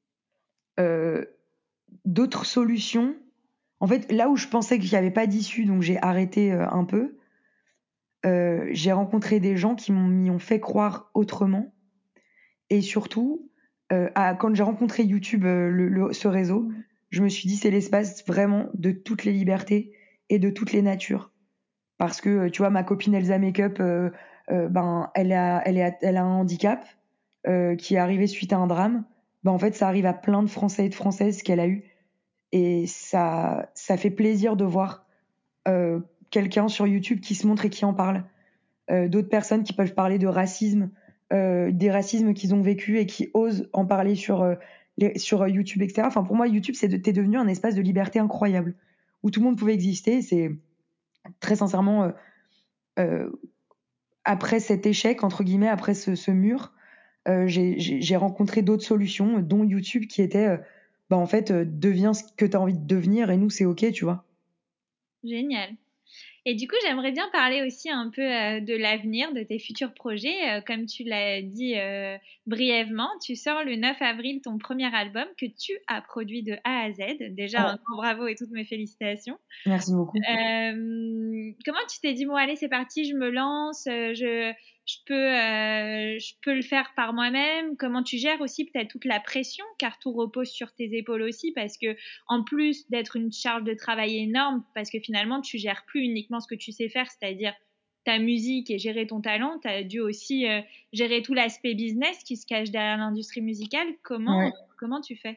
euh, d'autres solutions. En fait, là où je pensais qu'il n'y avait pas d'issue, donc j'ai arrêté euh, un peu, euh, j'ai rencontré des gens qui m'ont m'y ont fait croire autrement. Et surtout, euh, à- quand j'ai rencontré YouTube, euh, le- le- ce réseau, je me suis dit c'est l'espace vraiment de toutes les libertés et de toutes les natures. Parce que, euh, tu vois, ma copine Elsa Makeup, euh, euh, ben, elle a, elle, est, elle a un handicap euh, qui est arrivé suite à un drame. Ben, en fait, ça arrive à plein de Français et de Françaises qu'elle a eu. Et ça, ça fait plaisir de voir euh, quelqu'un sur YouTube qui se montre et qui en parle. Euh, d'autres personnes qui peuvent parler de racisme, euh, des racismes qu'ils ont vécu et qui osent en parler sur, euh, les, sur YouTube, et cetera. Enfin, pour moi, YouTube, c'est de, t'es devenu un espace de liberté incroyable où tout le monde pouvait exister. C'est très sincèrement, euh, euh, après cet échec, entre guillemets, après ce, ce mur, euh, j'ai j'ai rencontré d'autres solutions, dont YouTube, qui était, euh, bah, en fait, euh, deviens ce que tu as envie de devenir et nous, c'est OK, tu vois. Génial. Et du coup, j'aimerais bien parler aussi un peu euh, de l'avenir, de tes futurs projets. Euh, comme tu l'as dit euh, brièvement, tu sors le neuf avril ton premier album que tu as produit de A à Z. Déjà, Ouais, un grand bravo et toutes mes félicitations. merci beaucoup. Euh, comment tu t'es dit, bon, allez, c'est parti, je me lance, euh, je, je peux, euh, je peux le faire par moi-même? Comment tu gères aussi peut-être toute la pression, car tout repose sur tes épaules aussi, parce que en plus d'être une charge de travail énorme, parce que finalement tu gères plus uniquement ce que tu sais faire, c'est-à-dire ta musique et gérer ton talent, tu as dû aussi euh, gérer tout l'aspect business qui se cache derrière l'industrie musicale. Comment, Ouais. comment tu fais?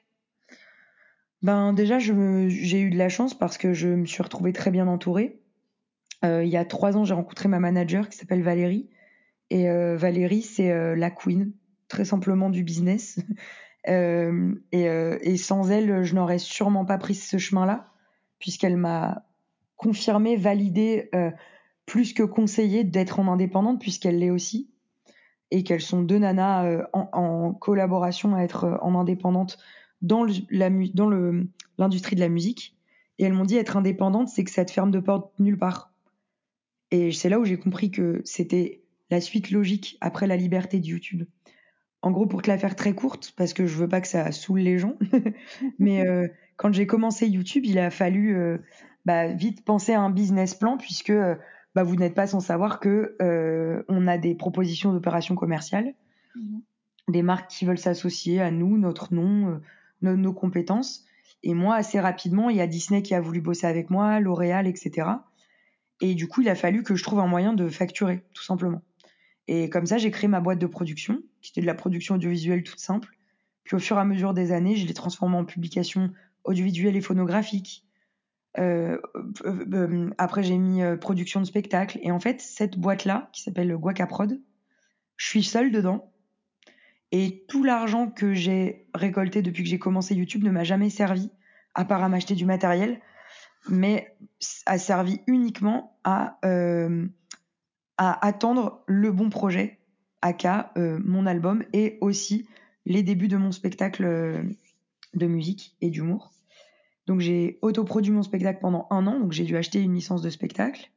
Ben déjà, je me- j'ai eu de la chance parce que je me suis retrouvée très bien entourée. Euh, il y a trois ans, j'ai rencontré ma manager qui s'appelle Valérie. Et euh, Valérie, c'est euh, la queen, très simplement du business. Euh, et, euh, et sans elle, je n'aurais sûrement pas pris ce chemin-là, puisqu'elle m'a confirmé, validé, euh, plus que conseillé d'être en indépendante, puisqu'elle l'est aussi. Et qu'elles sont deux nanas euh, en, en collaboration à être euh, en indépendante dans le- la mu- dans le l'industrie de la musique. Et elles m'ont dit être indépendante, c'est que ça te ferme de porte nulle part. Et c'est là où j'ai compris que c'était la suite logique après la liberté de YouTube. En gros, pour te la faire très courte, parce que je veux pas que ça saoule les gens, mais euh, quand j'ai commencé YouTube, il a fallu euh, bah, vite penser à un business plan, puisque euh, bah, vous n'êtes pas sans savoir que euh, on a des propositions d'opérations commerciales, Mhm. des marques qui veulent s'associer à nous, notre nom, euh, nos, nos compétences. Et moi, assez rapidement, il y a Disney qui a voulu bosser avec moi, L'Oréal, et cetera. Et du coup, il a fallu que je trouve un moyen de facturer, tout simplement. Et comme ça, j'ai créé ma boîte de production, qui était de la production audiovisuelle toute simple. Puis au fur et à mesure des années, je l'ai transformée en publication audiovisuelle et phonographique. Euh, euh, euh, après, j'ai mis euh, production de spectacle. Et en fait, cette boîte-là, qui s'appelle Guaca Prod, je suis seule dedans. Et tout l'argent que j'ai récolté depuis que j'ai commencé YouTube ne m'a jamais servi, à part à m'acheter du matériel, mais a servi uniquement à, euh, à attendre le bon projet, aka euh, mon album, et aussi les débuts de mon spectacle euh, de musique et d'humour. Donc j'ai autoproduit mon spectacle pendant un an, donc j'ai dû acheter une licence de spectacle.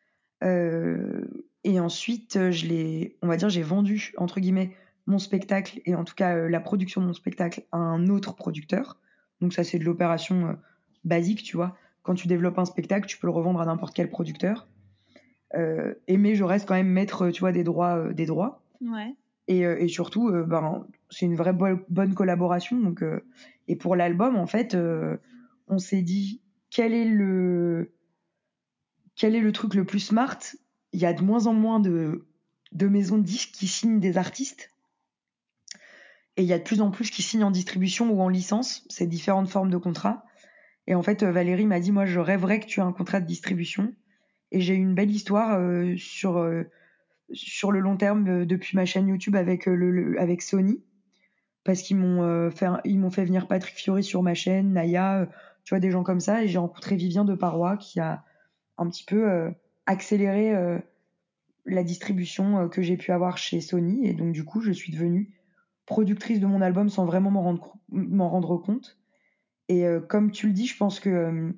Euh, et ensuite, je l'ai, on va dire, j'ai vendu, entre guillemets, mon spectacle, et en tout cas euh, la production de mon spectacle, à un autre producteur. Donc ça, c'est de l'opération euh, basique, tu vois. Quand tu développes un spectacle, tu peux le revendre à n'importe quel producteur. Euh, et mais je reste quand même maître, tu vois, des droits, euh, des droits. Ouais. Et, euh, et surtout, euh, ben, c'est une vraie bo- bonne collaboration. Donc, euh, et pour l'album, en fait, euh, on s'est dit quel est le quel est le truc le plus smart. Il y a de moins en moins de, de maisons de disques qui signent des artistes. Et il y a de plus en plus qui signent en distribution ou en licence. C'est différentes formes de contrats. Et en fait, euh, Valérie m'a dit, moi, je rêverais que tu aies un contrat de distribution. Et j'ai eu une belle histoire euh, sur, euh, sur le long terme euh, depuis ma chaîne YouTube avec, euh, le, le- avec Sony. Parce qu'ils m'ont euh, fait, ils m'ont fait venir Patrick Fiori sur ma chaîne, Naya, euh, tu vois, des gens comme ça. Et j'ai rencontré Vivien de Parois qui a un petit peu euh, accéléré euh, la distribution euh, que j'ai pu avoir chez Sony. Et donc, du coup, je suis devenue productrice de mon album sans vraiment m'en rendre, m'en rendre compte. Et euh, comme tu le dis, je pense que euh,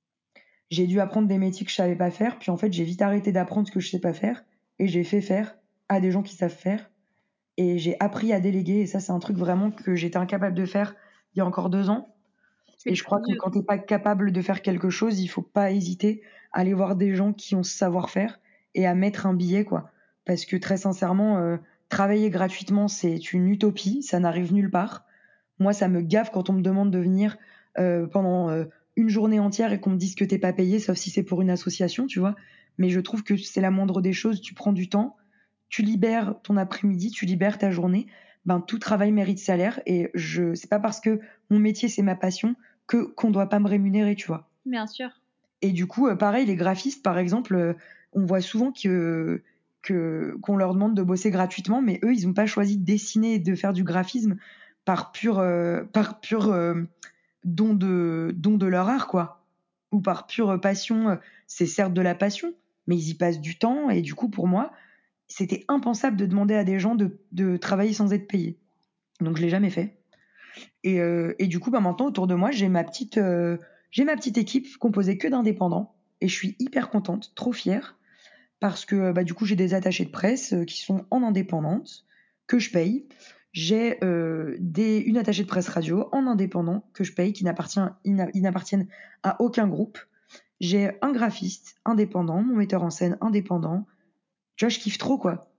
j'ai dû apprendre des métiers que je savais pas faire. Puis en fait, j'ai vite arrêté d'apprendre ce que je sais pas faire. Et j'ai fait faire à des gens qui savent faire. Et j'ai appris à déléguer. Et ça, c'est un truc vraiment que j'étais incapable de faire il y a encore deux ans. C'est Et le je crois plus que dur. quand t'es pas capable de faire quelque chose, il faut pas hésiter à aller voir des gens qui ont ce savoir-faire et à mettre un billet, quoi. Parce que très sincèrement, euh, travailler gratuitement, c'est une utopie, ça n'arrive nulle part. Moi, ça me gaffe quand on me demande de venir euh, pendant euh, une journée entière et qu'on me dise que t'es pas payé, sauf si c'est pour une association, tu vois. Mais je trouve que c'est la moindre des choses. Tu prends du temps, tu libères ton après-midi, tu libères ta journée. Ben tout travail mérite salaire et je c'est pas parce que mon métier c'est ma passion que qu'on doit pas me rémunérer, tu vois. Bien sûr. Et du coup, euh, pareil, les graphistes, par exemple, euh, on voit souvent que que qu'on leur demande de bosser gratuitement, mais eux, ils n'ont pas choisi de dessiner et de faire du graphisme par pur euh, par pur euh, don de don de leur art, quoi, ou par pure passion. euh, C'est certes de la passion, mais ils y passent du temps et du coup, pour moi, c'était impensable de demander à des gens de, de travailler sans être payés. Donc je l'ai jamais fait. Et, euh, et du coup, bah maintenant autour de moi, j'ai ma petite, euh, j'ai ma petite équipe composée que d'indépendants. Et je suis hyper contente, trop fière, parce que bah du coup j'ai des attachés de presse euh, qui sont en indépendante que je paye. J'ai euh, des, une attachée de presse radio en indépendant que je paye, qui n'appartient, ils n'a- ils n'appartiennent à aucun groupe. J'ai un graphiste indépendant, mon metteur en scène indépendant. Tu vois, je kiffe trop, quoi.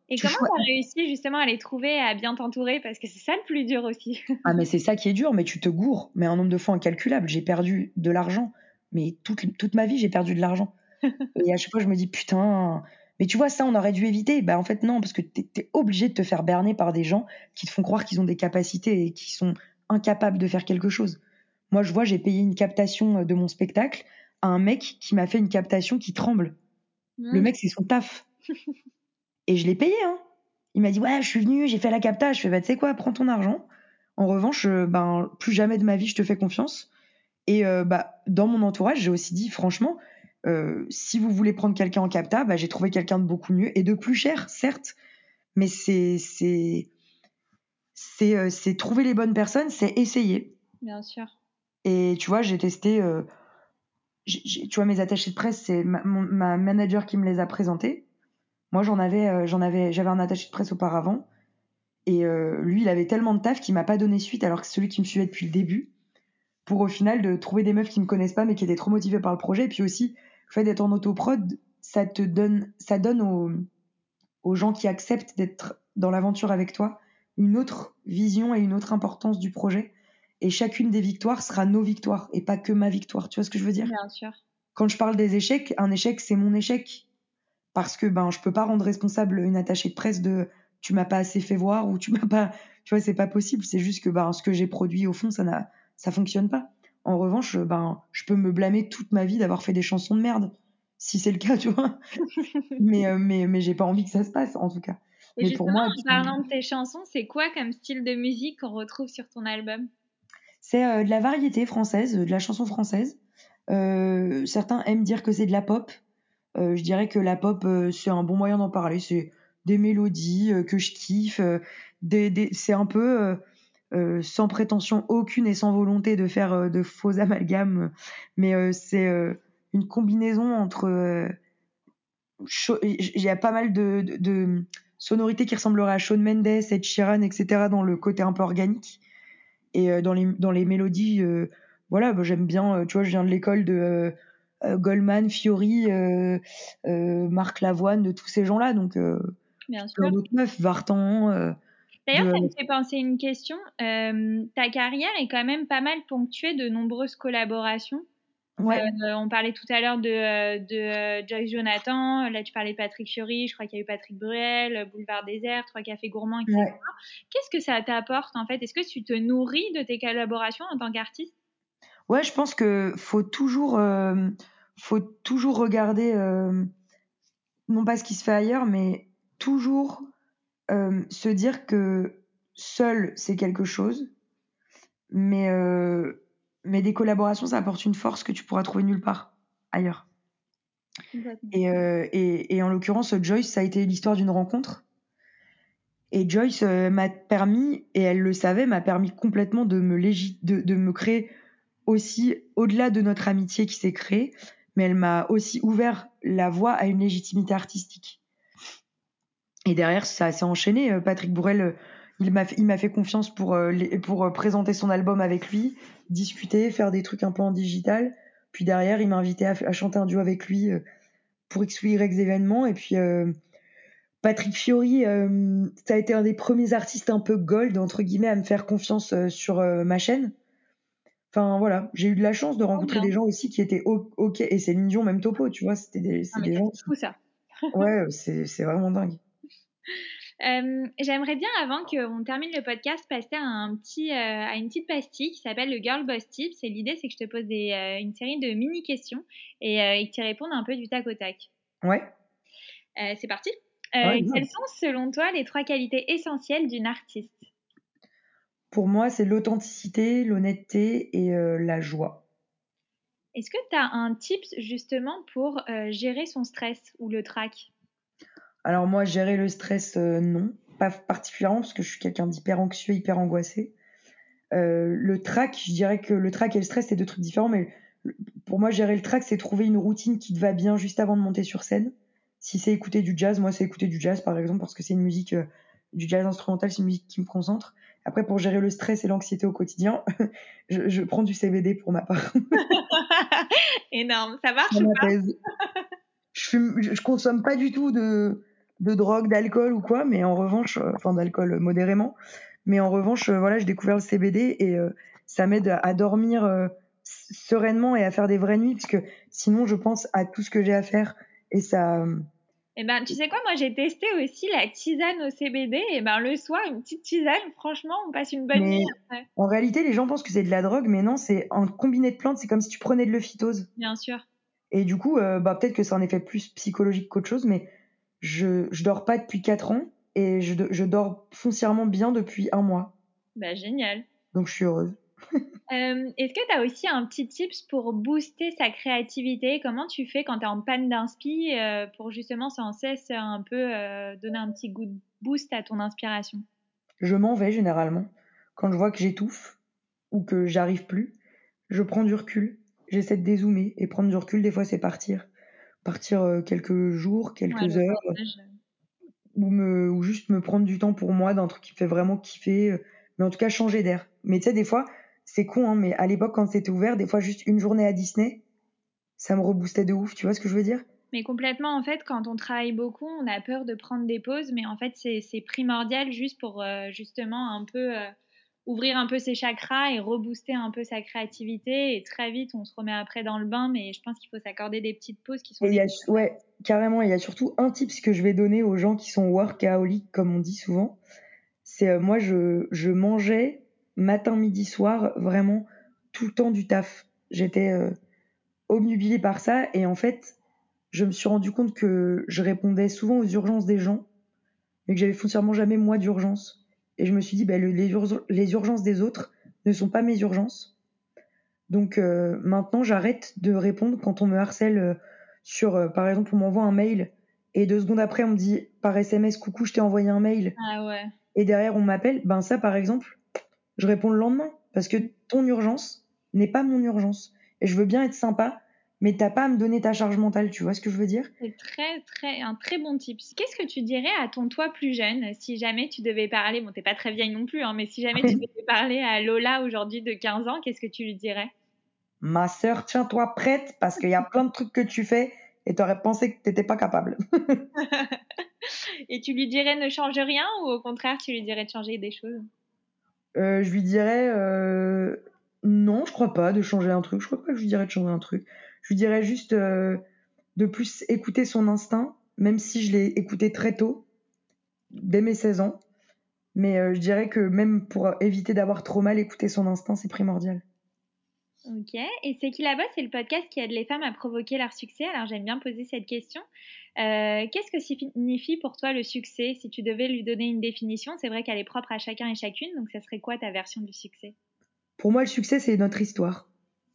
Et Tu comment choi tu as réussi justement à les trouver, à bien t'entourer? Parce que c'est ça le plus dur aussi. Ah, mais c'est ça qui est dur, mais tu te gourres, mais un nombre de fois incalculable. J'ai perdu de l'argent, mais toute toute ma vie, j'ai perdu de l'argent et à chaque fois, je me dis: «Putain, mais tu vois, ça, on aurait dû éviter». Bah, en fait, non, parce que tu es tu es obligé de te faire berner par des gens qui te font croire qu'ils ont des capacités et qui sont incapables de faire quelque chose. Moi, je vois, j'ai payé une captation, heu, de mon spectacle à un mec qui m'a fait une captation qui tremble. Le Mmh. mec, c'est son taf et je l'ai payé, hein. Il m'a dit: «Ouais, je suis venu, j'ai fait la capta». Je fais: «Bah, tu sais quoi? Prends ton argent. En revanche, heu, ben, plus jamais de ma vie, je te fais confiance». Et heu, bah, dans mon entourage, j'ai aussi dit: «Franchement, heu, si vous voulez prendre quelqu'un en capta, bah, j'ai trouvé quelqu'un de beaucoup mieux et de plus cher, certes, mais c'est c'est c'est, heu, c'est trouver les bonnes personnes, c'est essayer». Bien sûr. Et tu vois, j'ai testé, heu, j'ai j'ai tu vois, mes attachés de presse, c'est ma mon ma manager qui me les a présentés. Moi, j'en avais, heu, j'en avais j'avais un attaché de presse auparavant et heu, lui, il avait tellement de taf qu'il m'a pas donné suite alors que c'est celui qui me suivait depuis le début. Pour au final de trouver des meufs qui me connaissent pas mais qui étaient trop motivées par le projet. Et puis aussi, le fait d'être en autoprod, ça te donne, ça donne aux, aux gens qui acceptent d'être dans l'aventure avec toi une autre vision et une autre importance du projet. Et chacune des victoires sera nos victoires et pas que ma victoire. Tu vois ce que je veux dire? Bien sûr. Quand je parle des échecs, un échec, c'est mon échec. Parce que ben, je peux pas rendre responsable une attachée de presse de tu m'as pas assez fait voir ou tu m'as pas, tu vois, c'est pas possible. C'est juste que ben, ce que j'ai produit au fond, ça n'a, ça fonctionne pas. En revanche, ben, je peux me blâmer toute ma vie d'avoir fait des chansons de merde, si c'est le cas, tu vois. Mais, euh, mais, mais j'ai pas envie que ça se passe, en tout cas. Et Mais pour justement, moi, en tu- parlant de tes chansons, c'est quoi comme style de musique qu'on retrouve sur ton album? c'est euh, de la variété française, de la chanson française. Euh, certains aiment dire que c'est de la pop. Euh, je dirais que la pop, euh, c'est un bon moyen d'en parler. C'est des mélodies euh, que je kiffe. euh, des, des, c'est un peu euh, euh, sans prétention aucune et sans volonté de faire euh, de faux amalgames. euh, Mais euh, c'est euh, une combinaison entre... euh, Sho- Il y a pas mal de, de, de sonorités qui ressembleraient à Shawn Mendes, Ed Sheeran, et cetera dans le côté un peu organique. Et euh, dans, les, dans les mélodies, euh, voilà, bah, j'aime bien, euh, tu vois, je viens de l'école de euh, euh, Goldman, Fiori, euh, euh, Marc Lavoine, de tous ces gens-là, donc euh, Bien sûr. plein d'autres meufs, Vartan, euh, D'ailleurs, de... ça me fait penser à une question. Euh, ta carrière est quand même pas mal ponctuée de nombreuses collaborations. Ouais, Euh, on parlait tout à l'heure de, euh, de euh, Joyce Jonathan. Là, tu parlais de Patrick Fiori. Je crois qu'il y a eu Patrick Bruel, euh, Boulevard Désert, Trois Cafés Gourmands, et cetera. ouais. Qu'est-ce que ça t'apporte en fait? Est-ce que tu te nourris de tes collaborations en tant qu'artiste? Ouais, je pense que faut toujours, euh, faut toujours regarder, euh, non pas ce qui se fait ailleurs, mais toujours euh, se dire que seul, c'est quelque chose, mais, euh, mais des collaborations, ça apporte une force que tu pourras trouver nulle part ailleurs. Complètement. Et, euh, et, et en l'occurrence, Joyce, ça a été l'histoire d'une rencontre. Et Joyce euh, m'a permis, et elle le savait, m'a permis complètement de me, légit- de, de me créer aussi, au-delà de notre amitié qui s'est créée, mais elle m'a aussi ouvert la voie à une légitimité artistique. Et derrière, ça s'est enchaîné. Euh, Patrick Bourrel, euh, il m'a fait, il m'a fait confiance pour, euh, les- pour euh, présenter son album avec lui, discuter, faire des trucs un peu en digital. Puis derrière, il m'a invité à, à chanter un duo avec lui euh, pour X ou Y événements. Et puis euh, Patrick Fiori, euh, ça a été un des premiers artistes un peu gold, entre guillemets, à me faire confiance euh, sur euh, ma chaîne. Enfin voilà, j'ai eu de la chance de Trop rencontrer bien. des gens aussi qui étaient o- ok. Et Céline Dion, même Topo, tu vois, c'était des, Ah, c'est mais des ça, gens c'est qui... fou ça. Ouais, c'est, c'est vraiment dingue. Euh, j'aimerais bien, avant qu'on termine le podcast, passer à, un petit, euh, à une petite pastille qui s'appelle le Girl Boss Tips. Et l'idée, c'est que je te pose des, euh, une série de mini-questions et, euh, et que tu y répondes un peu du tac au tac. Ouais, Euh, c'est parti. Euh, ouais, quelles grave. sont, selon toi, les trois qualités essentielles d'une artiste? Pour moi, c'est l'authenticité, l'honnêteté et euh, la joie. Est-ce que tu as un tips justement pour euh, gérer son stress ou le trac? Alors moi, gérer le stress, euh, non, pas particulièrement parce que je suis quelqu'un d'hyper anxieux, hyper angoissé. Euh, le trac, je dirais que le trac et le stress, c'est deux trucs différents, mais le- pour moi, gérer le trac, c'est trouver une routine qui te va bien juste avant de monter sur scène. Si c'est écouter du jazz, moi, c'est écouter du jazz, par exemple, parce que c'est une musique, euh, du jazz instrumental, c'est une musique qui me concentre. Après, pour gérer le stress et l'anxiété au quotidien, je, je prends du C B D pour ma part. Énorme. Ça Ça marche ou pas? m'apaise. Je fume, je, je consomme pas du tout de, de drogue, d'alcool ou quoi, mais en revanche, euh, enfin d'alcool euh, modérément, mais en revanche, euh, voilà, j'ai découvert le C B D et euh, ça m'aide à, à dormir euh, s- sereinement et à faire des vraies nuits, parce que sinon, je pense à tout ce que j'ai à faire et ça. euh, Eh ben, tu sais quoi, moi j'ai testé aussi la tisane au C B D. Et ben, le soir, une petite tisane, franchement, on passe une bonne nuit Mais après. en réalité, les gens pensent que c'est de la drogue, mais non, c'est un combiné de plantes. C'est comme si tu prenais de l'euphytose. Bien sûr. Et du coup, euh, bah peut-être que c'est un effet plus psychologique qu'autre chose, mais je je dors pas depuis quatre ans et je je dors foncièrement bien depuis un mois. Bah, génial. Donc je suis heureuse. Euh, est-ce que tu as aussi un petit tips pour booster sa créativité? Comment tu fais quand tu es en panne d'inspi euh, pour justement sans cesse un peu euh, donner un petit coup de boost à ton inspiration? Je m'en vais généralement quand je vois que j'étouffe ou que j'arrive plus. Je prends du recul. J'essaie de dézoomer et prendre du recul. Des fois, c'est partir, partir euh, quelques jours, Ouais, quelques le heures, voyage. ou me ou juste me prendre du temps pour moi d'un truc qui me fait vraiment kiffer. euh, Mais en tout cas, changer d'air. Mais tu sais, des fois, c'est con, hein, mais à l'époque, quand c'était ouvert, des fois, juste une journée à Disney, ça me reboostait de ouf. Tu vois ce que je veux dire? Mais complètement, en fait, quand on travaille beaucoup, on a peur de prendre des pauses, mais en fait, c'est c'est primordial juste pour euh, justement un peu euh, ouvrir un peu ses chakras et rebooster un peu sa créativité. Et très vite, on se remet après dans le bain, mais je pense qu'il faut s'accorder des petites pauses qui sont Et il y a, nécessaires. ouais, carrément, il y a surtout un tips que je vais donner aux gens qui sont workaholiques, comme on dit souvent. C'est euh, moi, je, je mangeais matin, midi, soir, vraiment tout le temps du taf. J'étais euh, obnubilée par ça et en fait, je me suis rendu compte que je répondais souvent aux urgences des gens, mais que j'avais foncièrement jamais moi d'urgence. Et je me suis dit, bah, le- les, ur- les urgences des autres ne sont pas mes urgences. Donc euh, maintenant, j'arrête de répondre quand on me harcèle euh, sur, euh, par exemple, on m'envoie un mail et deux secondes après, on me dit par S M S, coucou, je t'ai envoyé un mail, Ah ouais. et derrière, on m'appelle. Ben ça, par exemple, je réponds le lendemain parce que ton urgence n'est pas mon urgence. Et je veux bien être sympa, mais t'as pas à me donner ta charge mentale, tu vois ce que je veux dire? C'est très, très, un très bon tips. Qu'est-ce que tu dirais à ton toi plus jeune si jamais tu devais parler, bon, t'es pas très vieille non plus, hein, mais si jamais tu devais parler à Lola aujourd'hui de quinze ans, qu'est-ce que tu lui dirais? Ma sœur, tiens-toi prête parce qu'il y a plein de trucs que tu fais et t'aurais pensé que t'étais pas capable. Et tu lui dirais ne change rien ou au contraire tu lui dirais de changer des choses? Euh, je lui dirais euh, non, je crois pas de changer un truc. Je crois pas que je lui dirais de changer un truc. Je lui dirais juste euh, de plus écouter son instinct, même si je l'ai écouté très tôt, dès mes seize ans. Mais euh, je dirais que même pour éviter d'avoir trop mal, écouter son instinct, c'est primordial. Ok. Et C'est qui là-bas? C'est le podcast qui aide les femmes à provoquer leur succès. Alors j'aime bien poser cette question. Euh, qu'est-ce que signifie pour toi le succès? Si tu devais lui donner une définition, c'est vrai qu'elle est propre à chacun et chacune, donc ça serait quoi ta version du succès? Pour moi, le succès, c'est notre histoire.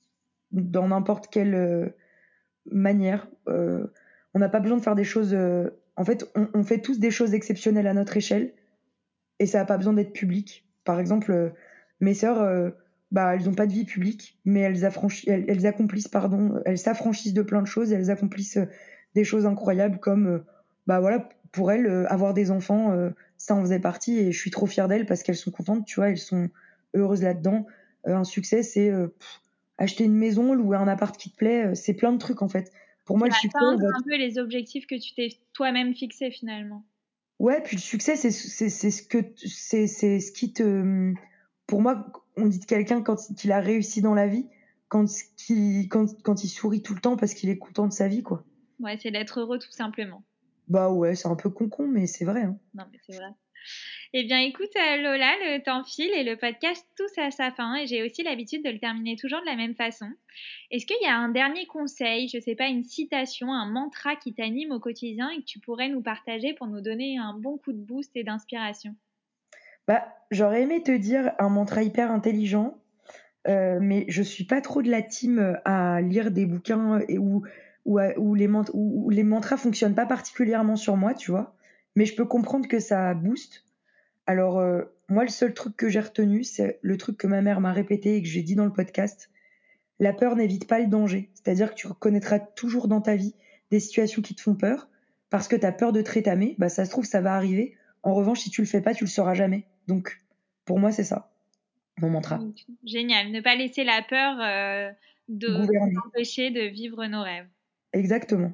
Dans n'importe quelle euh, manière. Euh, on n'a pas besoin de faire des choses. euh, En fait, on, on fait tous des choses exceptionnelles à notre échelle et ça n'a pas besoin d'être public. Par exemple, euh, mes sœurs, euh, bah, elles n'ont pas de vie publique, mais elles, affranchi- elles, elles accomplissent, pardon, elles s'affranchissent de plein de choses et elles accomplissent euh, des choses incroyables comme, euh, bah voilà, pour elles, euh, avoir des enfants, euh, ça en faisait partie et je suis trop fière d'elles parce qu'elles sont contentes, tu vois, elles sont heureuses là-dedans. Euh, un succès, c'est euh, pff, acheter une maison, louer un appart qui te plaît, euh, c'est plein de trucs en fait. Pour moi, C'est le succès, on atteindre va un peu les objectifs que tu t'es toi-même fixés finalement. Ouais, puis le succès, c'est c'est c'est ce que t- c'est c'est ce qui te pour moi, on dit de quelqu'un quand qu'il a réussi dans la vie, quand qui quand quand il sourit tout le temps parce qu'il est content de sa vie, quoi. Ouais, c'est d'être heureux tout simplement. Bah ouais, c'est un peu con-con, mais c'est vrai, hein. Non, mais c'est vrai. Eh bien, écoute, euh, Lola, le temps file et le podcast touche à sa fin et j'ai aussi l'habitude de le terminer toujours de la même façon. Est-ce qu'il y a un dernier conseil, je sais pas, une citation, un mantra qui t'anime au quotidien et que tu pourrais nous partager pour nous donner un bon coup de boost et d'inspiration? Bah, j'aurais aimé te dire un mantra hyper intelligent, euh, mais je suis pas trop de la team à lire des bouquins et où où, à- où les mant- où, où les mantras fonctionnent pas particulièrement sur moi, tu vois. Mais je peux comprendre que ça booste. Alors, euh, moi, le seul truc que j'ai retenu, c'est le truc que ma mère m'a répété et que j'ai dit dans le podcast. La peur n'évite pas le danger. C'est-à-dire que tu reconnaîtras toujours dans ta vie des situations qui te font peur parce que tu as peur de te rétamer. Bah, ça se trouve, ça va arriver. En revanche, si tu le fais pas, tu le sauras jamais. Donc, pour moi, c'est ça, mon mantra. Donc, génial, ne pas laisser la peur euh, de nous Gouverner. empêcher de vivre nos rêves. Exactement.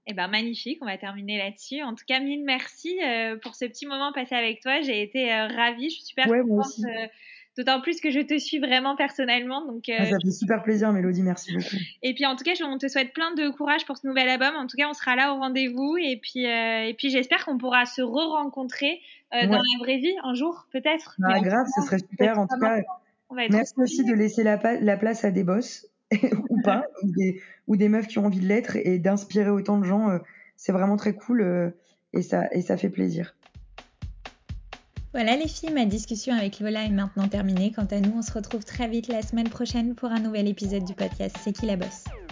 Eh ben magnifique, on va terminer là-dessus. En tout cas, mille merci euh, pour ce petit moment passé avec toi. J'ai été euh, ravie, je suis super Ouais, moi contente, aussi. euh, d'autant plus que je te suis vraiment personnellement. Donc, Ah, euh, ça fait super plaisir, Mélodie, merci beaucoup. Et puis en tout cas, je- on te souhaite plein de courage pour ce nouvel album. En tout cas, on sera là au rendez-vous. Et puis, euh, et puis j'espère qu'on pourra se re-rencontrer euh, dans Ouais, la vraie vie un jour, peut-être. Mais bah, en tout grave, ce cas, serait peut-être super. En pas tout cas, maintenant. On va être merci aussi de laisser la, pa- la place à des boss, ou pas, ou des, ou des meufs qui ont envie de l'être et d'inspirer autant de gens. euh, c'est vraiment très cool euh, et, ça, et ça fait plaisir. Voilà les filles, ma discussion avec Lola est maintenant terminée. Quant à nous, on se retrouve très vite la semaine prochaine pour un nouvel épisode du podcast C'est qui la bosse.